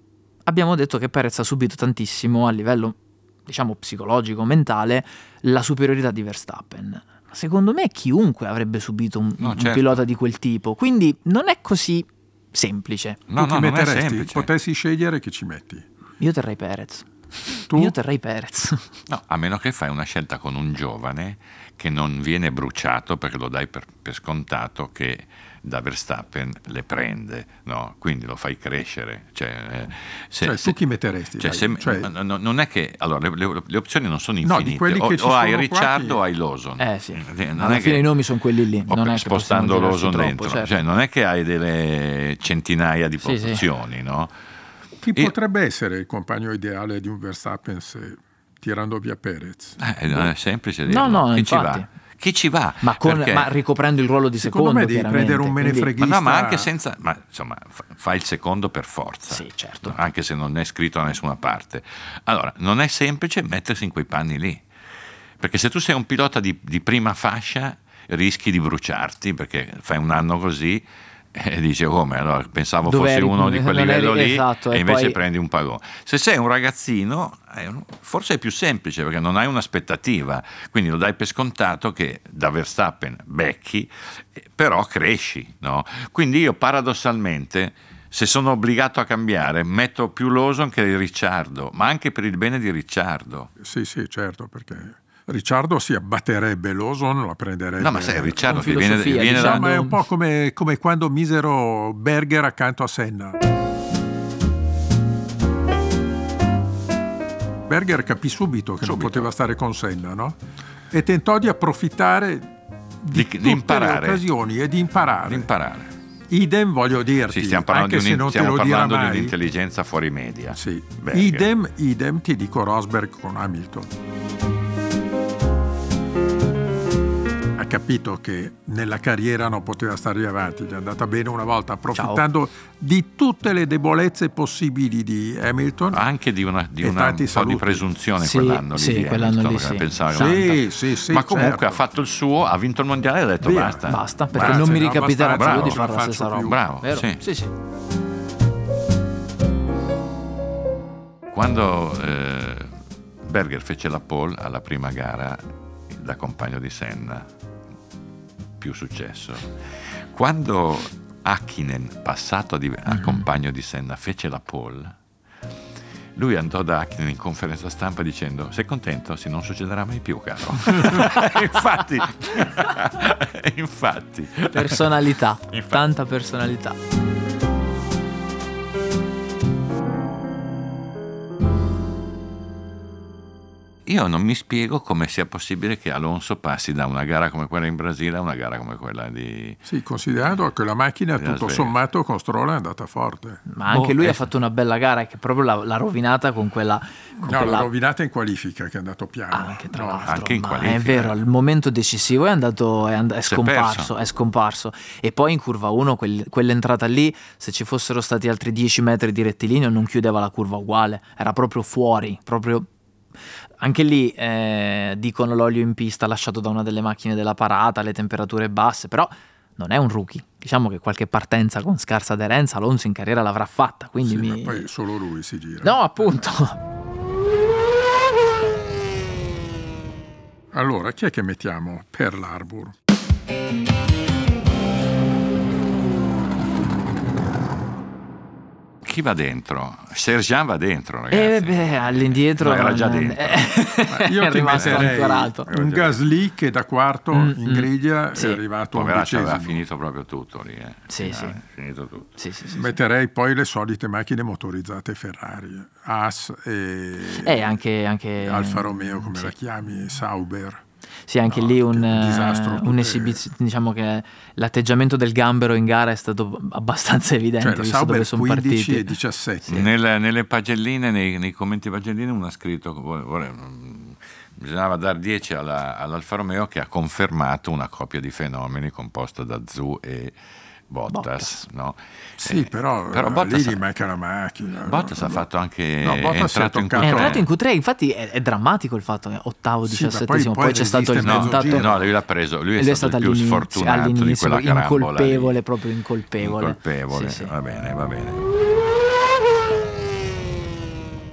abbiamo detto che Perez ha subito tantissimo a livello, diciamo, psicologico, mentale, la superiorità di Verstappen. Secondo me chiunque avrebbe subito un pilota di quel tipo, quindi non è così semplice. Tu ti metteresti, semplice. Potessi scegliere, che ci metti? Io terrei Perez. Tu? Io terrei Perez. No, a meno che fai una scelta con un giovane che non viene bruciato, perché lo dai per scontato che da Verstappen le prende, no? Quindi lo fai crescere. Tu chi metteresti? Non è che allora le opzioni non sono No, di infinite. quelli che ci O hai sono Ricciardo qua o hai Lawson. Sì. Non Alla è fine che- i nomi sono quelli lì. Non è che spostando possiamo girarci Lawson troppo, dentro, certo. cioè non è che hai delle centinaia di Sì, sì. opzioni, no? Chi potrebbe essere il compagno ideale di un Verstappen se tirando via Perez? Non è semplice No, dirlo. no, Chi ci infatti. va? Chi ci va? Ma Perché- ricoprendo il ruolo di Secondo secondo, me devi chiaramente, prendere un quindi- menefreghista. Ma anche senza, ma insomma, fai il secondo per forza. Sì, certo. Anche se non è scritto da nessuna parte. Allora, non è semplice mettersi in quei panni lì. Perché se tu sei un pilota di prima fascia, rischi di bruciarti, perché fai un anno così e dici come, allora pensavo Dove fossi eri- uno di quel non eri- livello lì, esatto, e e invece poi- prendi un pagone. Se sei un ragazzino, forse è più semplice, perché non hai un'aspettativa, quindi lo dai per scontato che da Verstappen becchi, però cresci, no? Quindi io paradossalmente, se sono obbligato a cambiare, metto più Lawson che Ricciardo, ma anche per il bene di Ricciardo. Sì, certo, perché Ricciardo si abbatterebbe, Lawson la prenderebbe. No, ma sai, Ricciardo con che viene filosofia, da... No, ma è un po' come quando misero Berger accanto a Senna. Berger capì subito che non poteva stare con Senna, no? E tentò di approfittare di tutte imparare. le occasioni e di imparare. imparare. Idem, voglio dirti, Sì, stiamo parlando, anche se non te lo dirà parlando di mai. un'intelligenza fuori media. Sì. Berger. Idem ti dico Rosberg con Hamilton. Ha capito che nella carriera non poteva stare avanti, gli è andata bene una volta, approfittando di tutte le debolezze possibili di Hamilton. Anche di un tanti po' di saluti. presunzione Sì, quell'anno lì. sì, di quell'anno Hamilton, lì, perché sì. pensava Sì, che- sì, ma comunque certo. ha fatto il suo, ha vinto il mondiale e ha detto Via. basta. Basta, perché Grazie, non mi no, ricapiterà abbastanza, più di non fare la la faccio stessa più. roba. Bravo, Vero? sì. Sì. Quando Berger fece la pole alla prima gara da compagno di Senna, più successo. Quando Häkkinen, passato a compagno di Senna, fece la pole, lui andò da Häkkinen in conferenza stampa dicendo: sei contento? Sì, non succederà mai più, caro. infatti Personalità, Infatti. tanta personalità. Io non mi spiego come sia possibile che Alonso passi da una gara come quella in Brasile a una gara come quella di... Sì, considerando che la macchina Las tutto Vegas. sommato con Stroll è andata forte. Ma anche lui è- ha fatto una bella gara che proprio l'ha rovinata con quella... Con No, quella... l'ha rovinata in qualifica, che è andato piano. Anche tra No, l'altro, anche in ma qualifica. è vero, al momento decisivo è perso. scomparso. E poi in curva 1, quell'entrata lì, se ci fossero stati altri 10 metri di rettilineo, non chiudeva la curva uguale, era proprio fuori, proprio. Anche lì dicono l'olio in pista lasciato da una delle macchine della parata, le temperature basse, però non è un rookie. Diciamo che qualche partenza con scarsa aderenza Alonso in carriera l'avrà fatta, quindi sì, ma poi solo lui si gira. No, appunto. Allora, chi è che mettiamo per l'Arbor? Chi va dentro? Sergeant va dentro, ragazzi. All'indietro No, era già dentro. Io è ti rimasto metterei ancorato. un Gasly che da quarto in griglia Sì. è arrivato Poveraccio, aveva 11°. finito proprio tutto lì. Sì, Finale, finito tutto. Sì. Metterei poi le solite macchine motorizzate Ferrari, Haas e Anche Alfa Romeo, come sì. la chiami, Sauber. Sì, anche No, lì che disastro, tutte- un'esibizione, diciamo che l'atteggiamento del gambero in gara è stato abbastanza evidente, Cioè la visto Sauber dove sono 15 partiti. e 17. Nelle pagelline, nei commenti pagelline, uno ha scritto bisognava dar 10 all'Alfa Romeo, che ha confermato una coppia di fenomeni composta da Zhou e Bottas. No? Sì, però Bottas lì gli manca la macchina. Bottas ha fatto anche No, Bottas si è entrato in toccato- È Q3. entrato in Q3, infatti è drammatico il fatto che ottavo, Sì, ma 17esimo, poi poi c'è stato il resiste mezzo contatto. giro. No, lui l'ha preso, lui è stato il più all'inizio, sfortunato di quella carambola incolpevole, lì. proprio incolpevole. Incolpevole, Sì. va bene.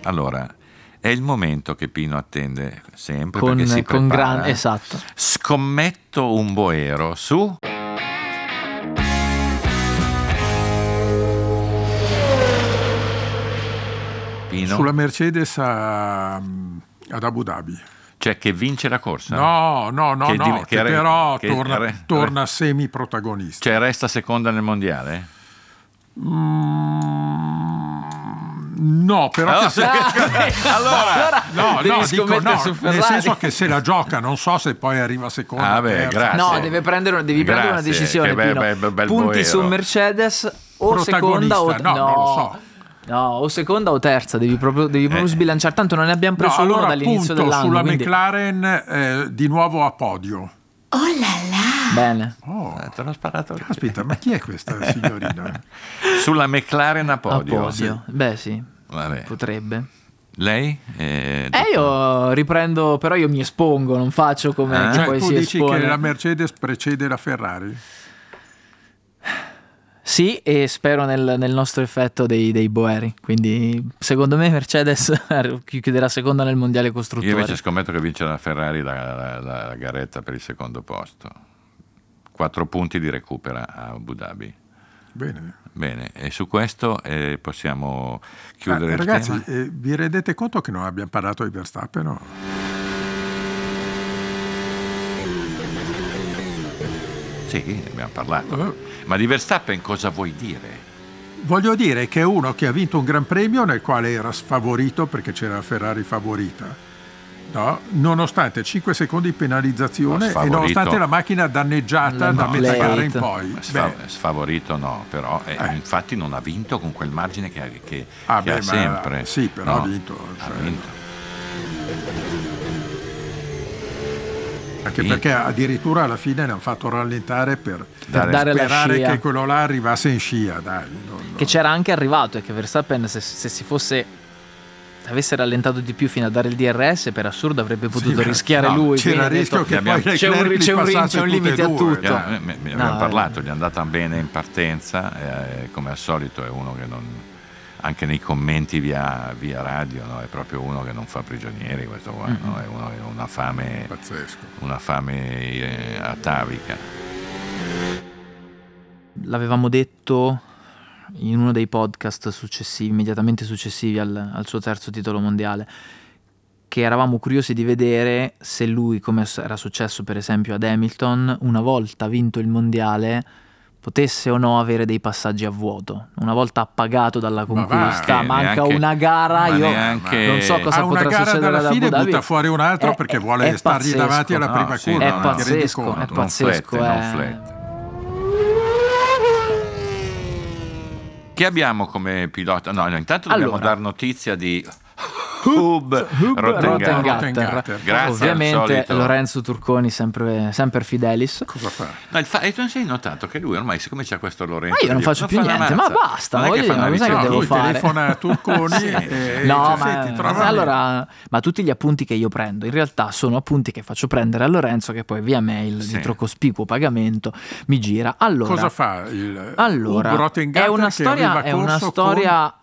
Allora, è il momento che Pino attende sempre Con, perché si con prepara. esatto. Scommetto un boero su... Pino? Sulla Mercedes ad Abu Dhabi. Cioè che vince la corsa? No, che però che torna semi-protagonista. Cioè resta seconda nel mondiale? No, però Allora, dico nel senso che se la gioca, non so se poi arriva seconda. Grazie. No, devi prendere una decisione. Che Pino. bel Punti boero. su Mercedes o seconda o no, non lo so. No, o seconda o terza, devi proprio sbilanciare. Tanto non ne abbiamo preso uno allora dall'inizio punto dell'anno. sulla Quindi... McLaren di nuovo a podio. Oh là là! Bene. Te l'ho sparato. Aspetta, ma chi è questa signorina? Sulla McLaren a A podio. podio. Beh, sì. Vabbè. Potrebbe. Lei? Io riprendo, però io mi espongo, non faccio come chi Cioè, poi tu si dici espone. che la Mercedes precede la Ferrari? Sì, e spero nel nostro effetto dei boeri. Quindi secondo me Mercedes chiuderà seconda nel mondiale costruttori. Io invece scommetto che vince la Ferrari la garetta per il secondo posto. 4 punti di recupera a Abu Dhabi. Bene, e su questo possiamo chiudere il ragazzi, tema. vi rendete conto che non abbiamo parlato di Verstappen? No? Sì, abbiamo parlato. Ma di Verstappen cosa vuoi dire? Voglio dire che è uno che ha vinto un Gran Premio nel quale era sfavorito perché c'era la Ferrari favorita, no? Nonostante 5 secondi di penalizzazione e nonostante la macchina danneggiata da metà gara in poi. Sfavorito no, però infatti non ha vinto con quel margine che ha sempre. Sì, però no, ha vinto. Ha vinto. Anche perché addirittura alla fine ne hanno fatto rallentare per dare la sperare scia. che quello là arrivasse in scia, dai. Che c'era anche arrivato, e che Verstappen se si fosse avesse rallentato di più fino a dare il DRS, per assurdo avrebbe potuto rischiare lui. C'era il rischio che poi c'è un limite a tutto. Abbiamo parlato, gli è andata bene in partenza, come al solito è uno che non... Anche nei commenti via radio, no? È proprio uno che non fa prigionieri, questo qua, no? È uno che ha una fame pazzesco, una fame atavica. L'avevamo detto in uno dei podcast successivi, immediatamente successivi al suo terzo titolo mondiale, che eravamo curiosi di vedere se lui, come era successo per esempio ad Hamilton, una volta vinto il mondiale potesse o no avere dei passaggi a vuoto. Una volta appagato dalla conquista, manca neanche, una gara, io non so cosa potrà succedere ad Abu Dhabi. Butta fuori un altro perché vuole stargli davanti alla prima curva. È pazzesco, è pazzesco. Non flette. Chi abbiamo come pilota? No, intanto dobbiamo dar notizia di Hub Rottengatter. Grazie. Ovviamente Lorenzo Turconi sempre fidelis. Cosa fa? E tu non sei notato che lui ormai, siccome c'è questo Lorenzo, ma io non faccio più niente, ma basta, ma voglio dire, ma cos'è che devo lui fare? telefona a Turconi e no, ma tutti gli appunti che io prendo in realtà sono appunti che faccio prendere a Lorenzo, che poi via mail dietro cospicuo pagamento mi gira. Allora, cosa fa è una storia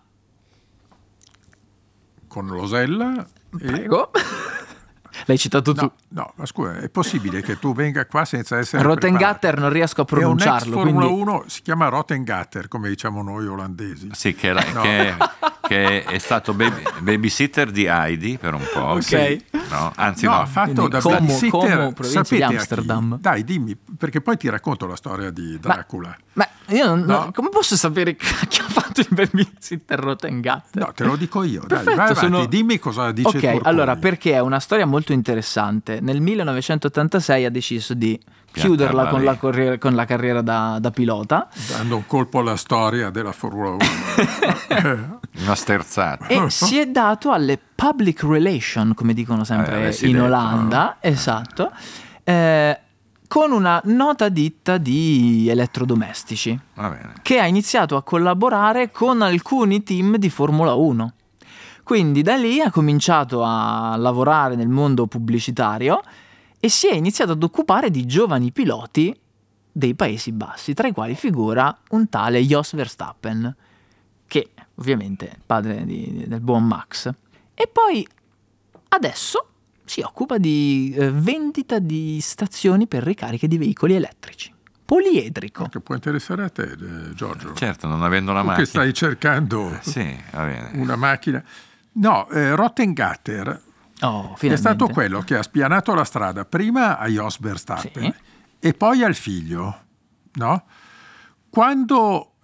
con Losella. Prego. L'hai citato tu. No, ma scusa, è possibile che tu venga qua senza essere Rottengatter, non riesco a pronunciarlo. È un ex Formula 1, si chiama Rottengatter, come diciamo noi olandesi. Sì, che è stato babysitter di Heidi per un po'. Ok. No, anzi ha fatto da babysitter, provincia di Amsterdam. Dai, dimmi, perché poi ti racconto la storia di Dracula. Ma io come posso sapere chi ha fatto il babysitter Rottengatter? No, te lo dico io. Perfetto, dai, vai avanti, dimmi cosa dice Turconi. Ok, allora, perché è una storia molto interessante. Nel 1986 ha deciso di chiuderla con la carriera da pilota, dando un colpo alla storia della Formula 1. Una sterzata. E si è dato alle public relation, come dicono sempre in Olanda, esatto, con una nota ditta di elettrodomestici che ha iniziato a collaborare con alcuni team di Formula 1. Quindi da lì ha cominciato a lavorare nel mondo pubblicitario e si è iniziato ad occupare di giovani piloti dei Paesi Bassi, tra i quali figura un tale Jos Verstappen, che ovviamente è padre del buon Max. e poi adesso si occupa di vendita di stazioni per ricariche di veicoli elettrici. Poliedrico. Che può interessare a te, Giorgio. Certo, non avendo la Tu macchina. che stai cercando Sì, va bene. una macchina. No, Rottengatter Oh, è stato finalmente. quello che ha spianato la strada prima a Jos Verstappen Sì. e poi al figlio, no? Quando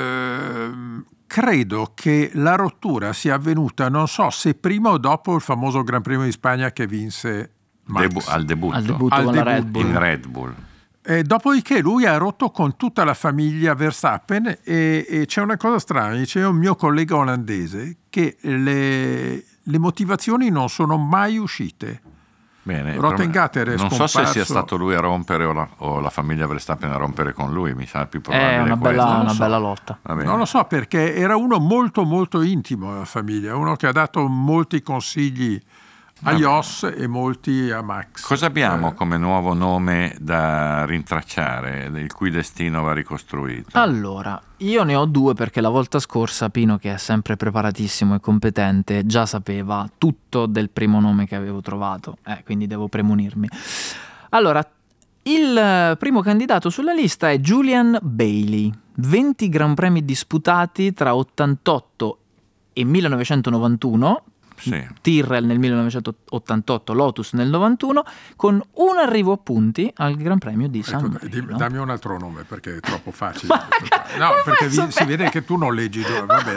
credo che la rottura sia avvenuta, non so se prima o dopo il famoso Gran Premio di Spagna che vinse Max. Al debutto. Al debutto Al con la debutto. Red Bull. In Red Bull. Dopodiché lui ha rotto con tutta la famiglia Verstappen e c'è una cosa strana, dice un mio collega olandese che le motivazioni non sono mai uscite. Bene, Rottengatter è non so se scomparso. sia stato lui a rompere o la famiglia Verstappen a rompere con lui, mi sa più È probabile una questo. bella lotta. Va bene. Non lo so perché era uno molto molto intimo alla famiglia, uno che ha dato molti consigli a Jos e molti a Max. Cosa abbiamo come nuovo nome da rintracciare, il cui destino va ricostruito? Allora, io ne ho due perché la volta scorsa Pino, che è sempre preparatissimo e competente, già sapeva tutto del primo nome che avevo trovato, quindi devo premunirmi. Allora, il primo candidato sulla lista è Julian Bailey. 20 Gran Premi disputati tra 88 e 1991, Sì. Tyrrell nel 1988, Lotus nel 91, con un arrivo a punti al Gran Premio di San Marino. Dammi un altro nome perché è troppo facile. No, perché si vede che tu non leggi. Vabbè,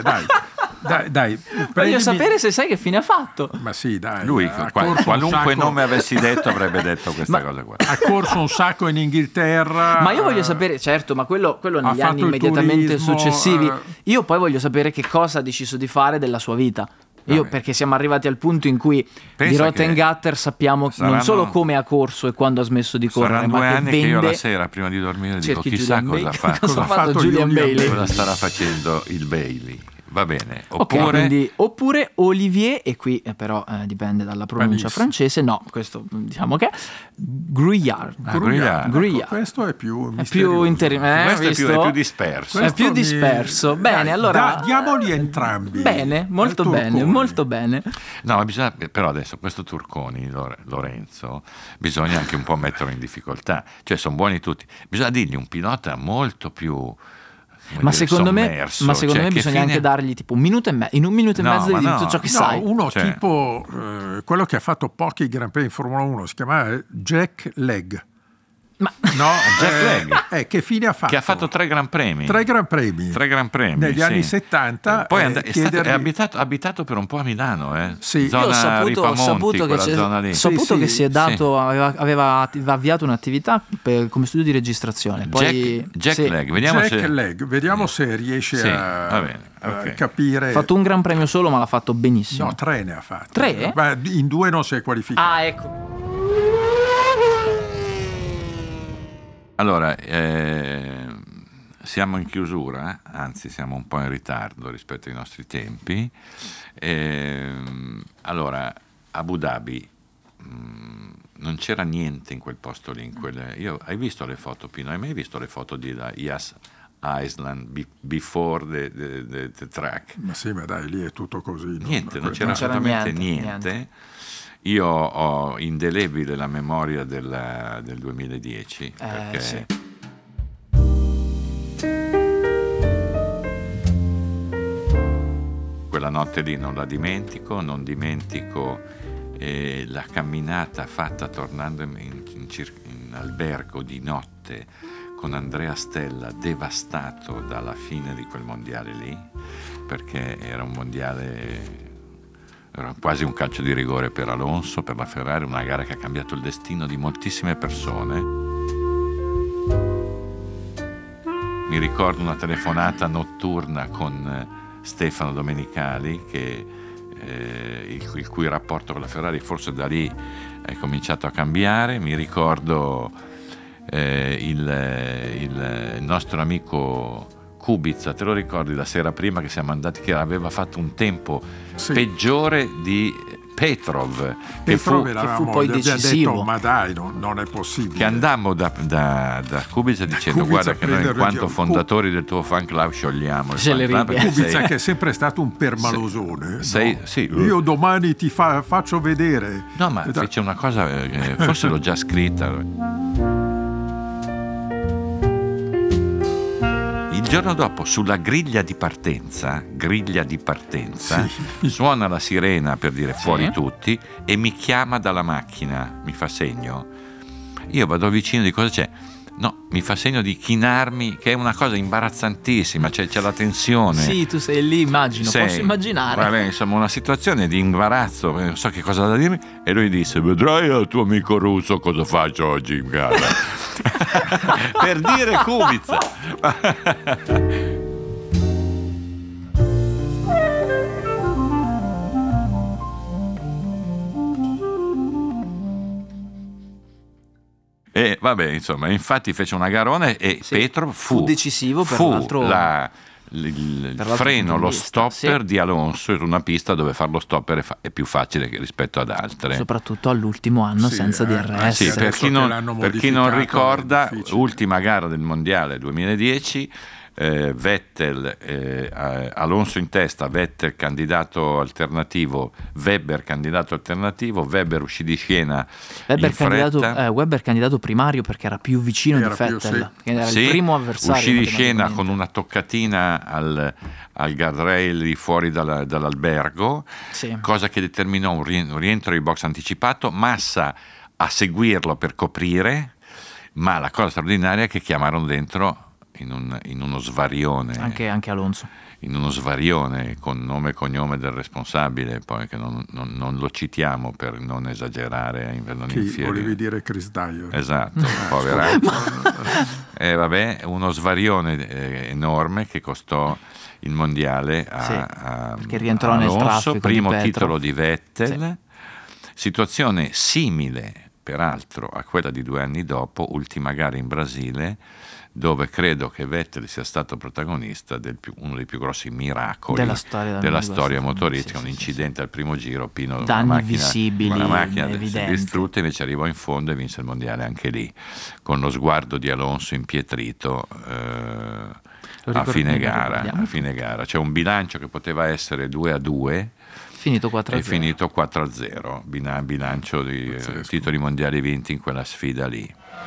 dai. Voglio sapere se sai che fine ha fatto. Ma sì, dai. Lui, ha corso un qualunque sacco- nome avessi detto, avrebbe detto questa cosa qua. Ha corso un sacco in Inghilterra. Ma io voglio sapere, certo, ma quello negli fatto anni il immediatamente turismo, successivi. Io poi voglio sapere che cosa ha deciso di fare della sua vita. Io, perché siamo arrivati al punto in cui di Rottengatter sappiamo non solo come ha corso e quando ha smesso di correre, Saranno 2 ma che anni vende. che io la sera prima di dormire dico Cerchi chissà Julian cosa Bailey. fa. Cosa ha fatto Julian Bailey? Cosa starà facendo il Bailey? Va bene. Ok, oppure Olivier, e qui però dipende dalla pronuncia Panis. francese, no, questo diciamo che è Gruyard. Gruyard. Ecco, questo è più È misterioso. più questo è più disperso. È più disperso. Bene, allora diamoli entrambi. Bene, molto Al bene, Turconi. molto bene. No, ma bisogna, però adesso questo Turconi, Lorenzo, bisogna anche un po' metterlo in difficoltà. Cioè, sono buoni tutti. Bisogna dirgli un pilota molto più... Ma secondo me cioè, bisogna anche dargli tipo un minuto e mezzo, in un minuto e No, mezzo di ma no. tutto ciò che No, sai. uno Cioè. tipo quello che ha fatto pochi Gran Premi in Formula 1 si chiamava Jack Legg. Ma No, Jack Legg, Che fine ha fatto? che ha fatto 3 Gran Premi. 3 Gran Premi. 3 Gran Premi Negli sì. anni 70. Poi è chiedergli- abitato per un po' a Milano, Sì. zona io ho Ripamonti, saputo quella zona lì. Sì, che sì, si è dato, aveva avviato un'attività come studio di registrazione. Poi Jack sì, Legg, vediamo Jack se Legg, vediamo se riesce Sì, a, va bene, a ok. capire. ha fatto un gran premio solo, ma l'ha fatto benissimo. No, 3 ne ha fatti. 3? Ma in 2 non si è qualificato. Ah, ecco. Allora, siamo in chiusura, anzi siamo un po' in ritardo rispetto ai nostri tempi. Allora, Abu Dhabi, non c'era niente in quel posto lì. Hai visto le foto, Pino? Hai mai visto le foto di Yas Island before the track? Ma sì, ma dai, lì è tutto così. Niente, non c'era Non c'era assolutamente niente. niente. Io ho indelebile la memoria del 2010 perché sì. quella notte lì non la dimentico, non dimentico la camminata fatta tornando in albergo di notte con Andrea Stella devastato dalla fine di quel mondiale lì, perché era un mondiale, era quasi un calcio di rigore per Alonso, per la Ferrari, una gara che ha cambiato il destino di moltissime persone. Mi ricordo una telefonata notturna con Stefano Domenicali, il cui rapporto con la Ferrari forse da lì è cominciato a cambiare. Mi ricordo il nostro amico Kubica, te lo ricordi la sera prima che siamo andati, che aveva fatto un tempo Sì. peggiore di Petrov, Petrov che fu poi decisivo. Detto, ma dai, non è possibile. Che andammo da Kubica dicendo Kubica guarda che noi in quanto fondatori del tuo fan club sciogliamo il fan club. Kubica che è sempre stato un permalosone. Sì. Io domani ti faccio vedere. No, ma fece una cosa, forse l'ho già scritta. Il giorno dopo, sulla griglia di partenza, suona la sirena per dire fuori tutti e mi chiama dalla macchina, mi fa segno. Io vado vicino di cosa c'è. No, mi fa segno di chinarmi, che è una cosa imbarazzantissima, c'è la tensione. Sì, tu sei lì, immagino, posso immaginare. Vabbè, insomma, una situazione di imbarazzo, non so che cosa da dirmi, e lui disse, vedrai al tuo amico russo cosa faccio oggi in casa. Per dire Kubica. E vabbè, insomma, infatti fece una garone e Petrov fu decisivo per l'altro. Il freno, lo stopper di Alonso in una pista dove far lo stopper è più facile rispetto ad altre. Soprattutto all'ultimo anno senza DRS. Sì, per chi non ricorda, ultima gara del Mondiale 2010, Vettel, Alonso in testa, Vettel candidato alternativo, Webber uscì di scena Webber candidato primario perché era più vicino di Vettel, era il primo avversario. Uscì di scena con una toccatina al guardrail di fuori dall'albergo, cosa che determinò un rientro ai box anticipato, Massa a seguirlo per coprire, ma la cosa straordinaria è che chiamarono dentro in uno svarione, anche Alonso, in uno svarione con nome e cognome del responsabile, poi che non lo citiamo per non esagerare, volevi dire Chris Dyer, esatto, poveraccio. Vabbè, uno svarione enorme che costò il mondiale che rientrò Alonso, nel traffico, primo titolo di Vettel, situazione simile peraltro a quella di 2 anni dopo, ultima gara in Brasile, dove credo che Vettel sia stato protagonista uno dei più grossi miracoli della storia motoristica, un incidente al primo giro, danni visibili, una macchina evidenti, distrutta, invece arrivò in fondo e vinse il mondiale anche lì, con lo sguardo di Alonso impietrito a fine gara. C'è un bilancio che poteva essere 2-2, finito 4-0. È finito 4-0, bilancio di titoli mondiali vinti in quella sfida lì.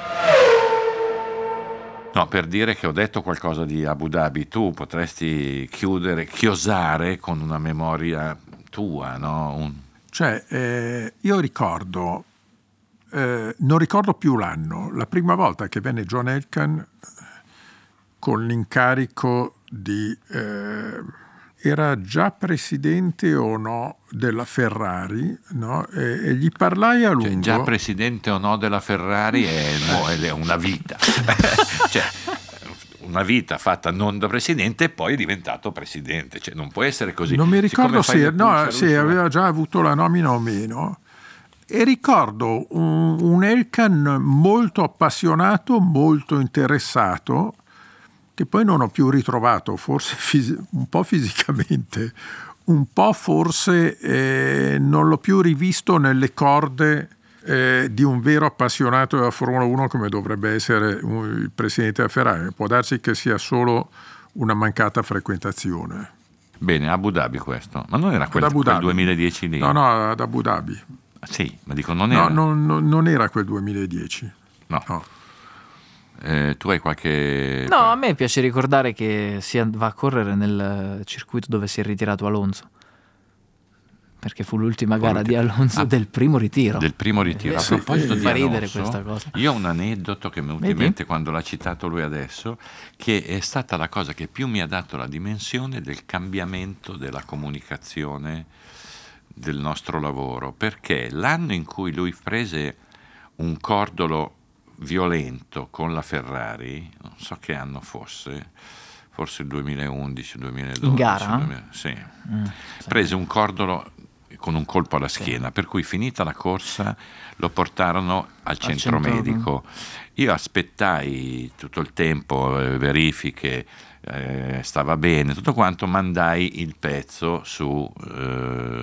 No, per dire che ho detto qualcosa di Abu Dhabi, tu potresti chiosare con una memoria tua, no? Io ricordo, non ricordo più l'anno, la prima volta che venne John Elkann con l'incarico di... era già presidente o no della Ferrari, no? E gli parlai a lungo. Già presidente o no della Ferrari è una vita. Una vita fatta non da presidente e poi è diventato presidente. Non può essere così. Non mi ricordo se aveva già avuto la nomina o meno. E ricordo un Elkann molto appassionato, molto interessato, che poi non ho più ritrovato, forse un po' fisicamente, un po' forse non l'ho più rivisto nelle corde di un vero appassionato della Formula 1 come dovrebbe essere il presidente della Ferrari. Può darsi che sia solo una mancata frequentazione. Bene, Abu Dhabi questo, ma non era quel 2010 lì? No, ad Abu Dhabi. Sì, ma dico non era. No, non era quel 2010. No. Tu hai qualche... No, a me piace ricordare che va a correre nel circuito dove si è ritirato Alonso, perché fu l'ultima gara di Alonso del primo ritiro. A proposito di ridere Alonso, questa cosa. Io ho un aneddoto che mi è venuto in mente quando l'ha citato lui adesso, che è stata la cosa che più mi ha dato la dimensione del cambiamento della comunicazione del nostro lavoro, perché l'anno in cui lui prese un cordolo violento con la Ferrari, non so che anno forse il 2011, 2012. In gara? Sì. Prese un cordolo con un colpo alla schiena, per cui finita la corsa lo portarono al centro medico. Io aspettai tutto il tempo, verifiche, stava bene, tutto quanto, mandai il pezzo su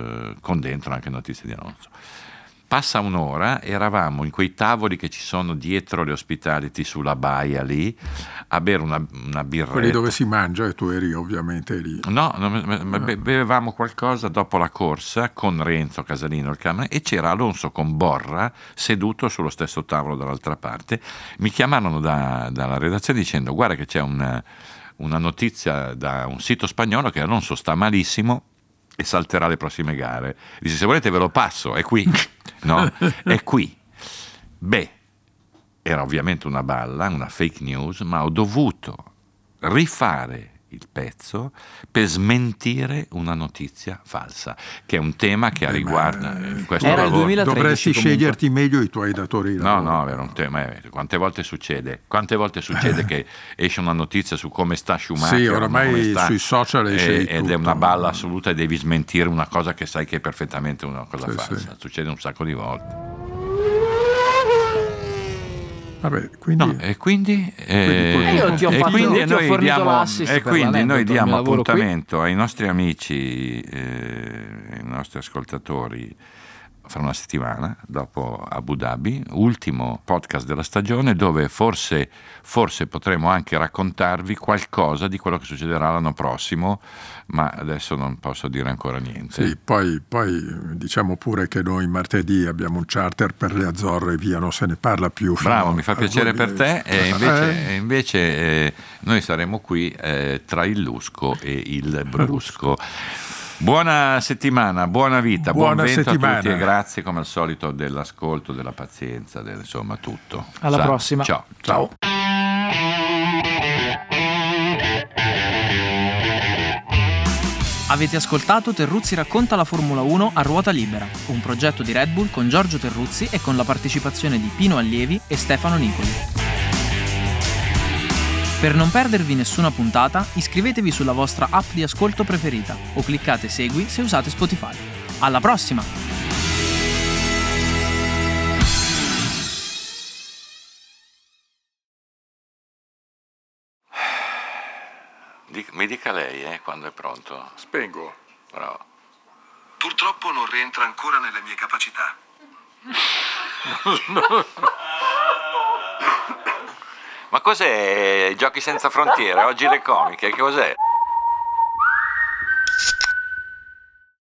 con dentro anche notizie di Alonso. Passa un'ora, eravamo in quei tavoli che ci sono dietro le hospitality sulla baia lì, a bere una birretta. Quelli dove si mangia, e tu eri ovviamente lì. No, bevevamo qualcosa dopo la corsa con Renzo Casalino, il camera, e c'era Alonso con Borra seduto sullo stesso tavolo dall'altra parte. Mi chiamarono dalla redazione dicendo: guarda che c'è una notizia da un sito spagnolo che Alonso sta malissimo e salterà le prossime gare. Dice: se volete ve lo passo, è qui. No, è qui. Beh, era ovviamente una balla, una fake news, ma ho dovuto rifare il pezzo per smentire una notizia falsa, che è un tema che riguarda questo era il lavoro. 2013, Dovresti comunque sceglierti meglio i tuoi datori di lavoro. No, era un tema. Quante volte succede che esce una notizia su come sta Schumacher? Sì, oramai come sta, sui social esce ed tutto. è una balla assoluta e devi smentire una cosa che sai che è perfettamente una cosa Sì, falsa. sì. Succede un sacco di volte. Vabbè, quindi... No, e quindi, io ti ho fatto- io ti ho fornito l'assist e per quindi l'aneddoto, noi il diamo mio lavoro appuntamento ai nostri amici, ai nostri ascoltatori fra una settimana dopo Abu Dhabi, ultimo podcast della stagione, dove forse potremo anche raccontarvi qualcosa di quello che succederà l'anno prossimo, ma adesso non posso dire ancora niente. Sì, poi diciamo pure che noi martedì abbiamo un charter per le Azzorre e via, non se ne parla più. Bravo, mi fa piacere per te, e invece noi saremo qui tra il lusco e il brusco. Buona settimana, buona vita, buon vento settimana. a tutti e grazie come al solito dell'ascolto, della pazienza, insomma tutto. Alla prossima. Ciao. Avete ascoltato Terruzzi racconta la Formula 1 a ruota libera, un progetto di Red Bull con Giorgio Terruzzi e con la partecipazione di Pino Allievi e Stefano Nicoli. Per non perdervi nessuna puntata, iscrivetevi sulla vostra app di ascolto preferita o cliccate Segui se usate Spotify. Alla prossima! Mi dica lei quando è pronto. Spengo. Bravo. Purtroppo non rientra ancora nelle mie capacità. Ma cos'è Giochi senza frontiere? Oggi le comiche, che cos'è?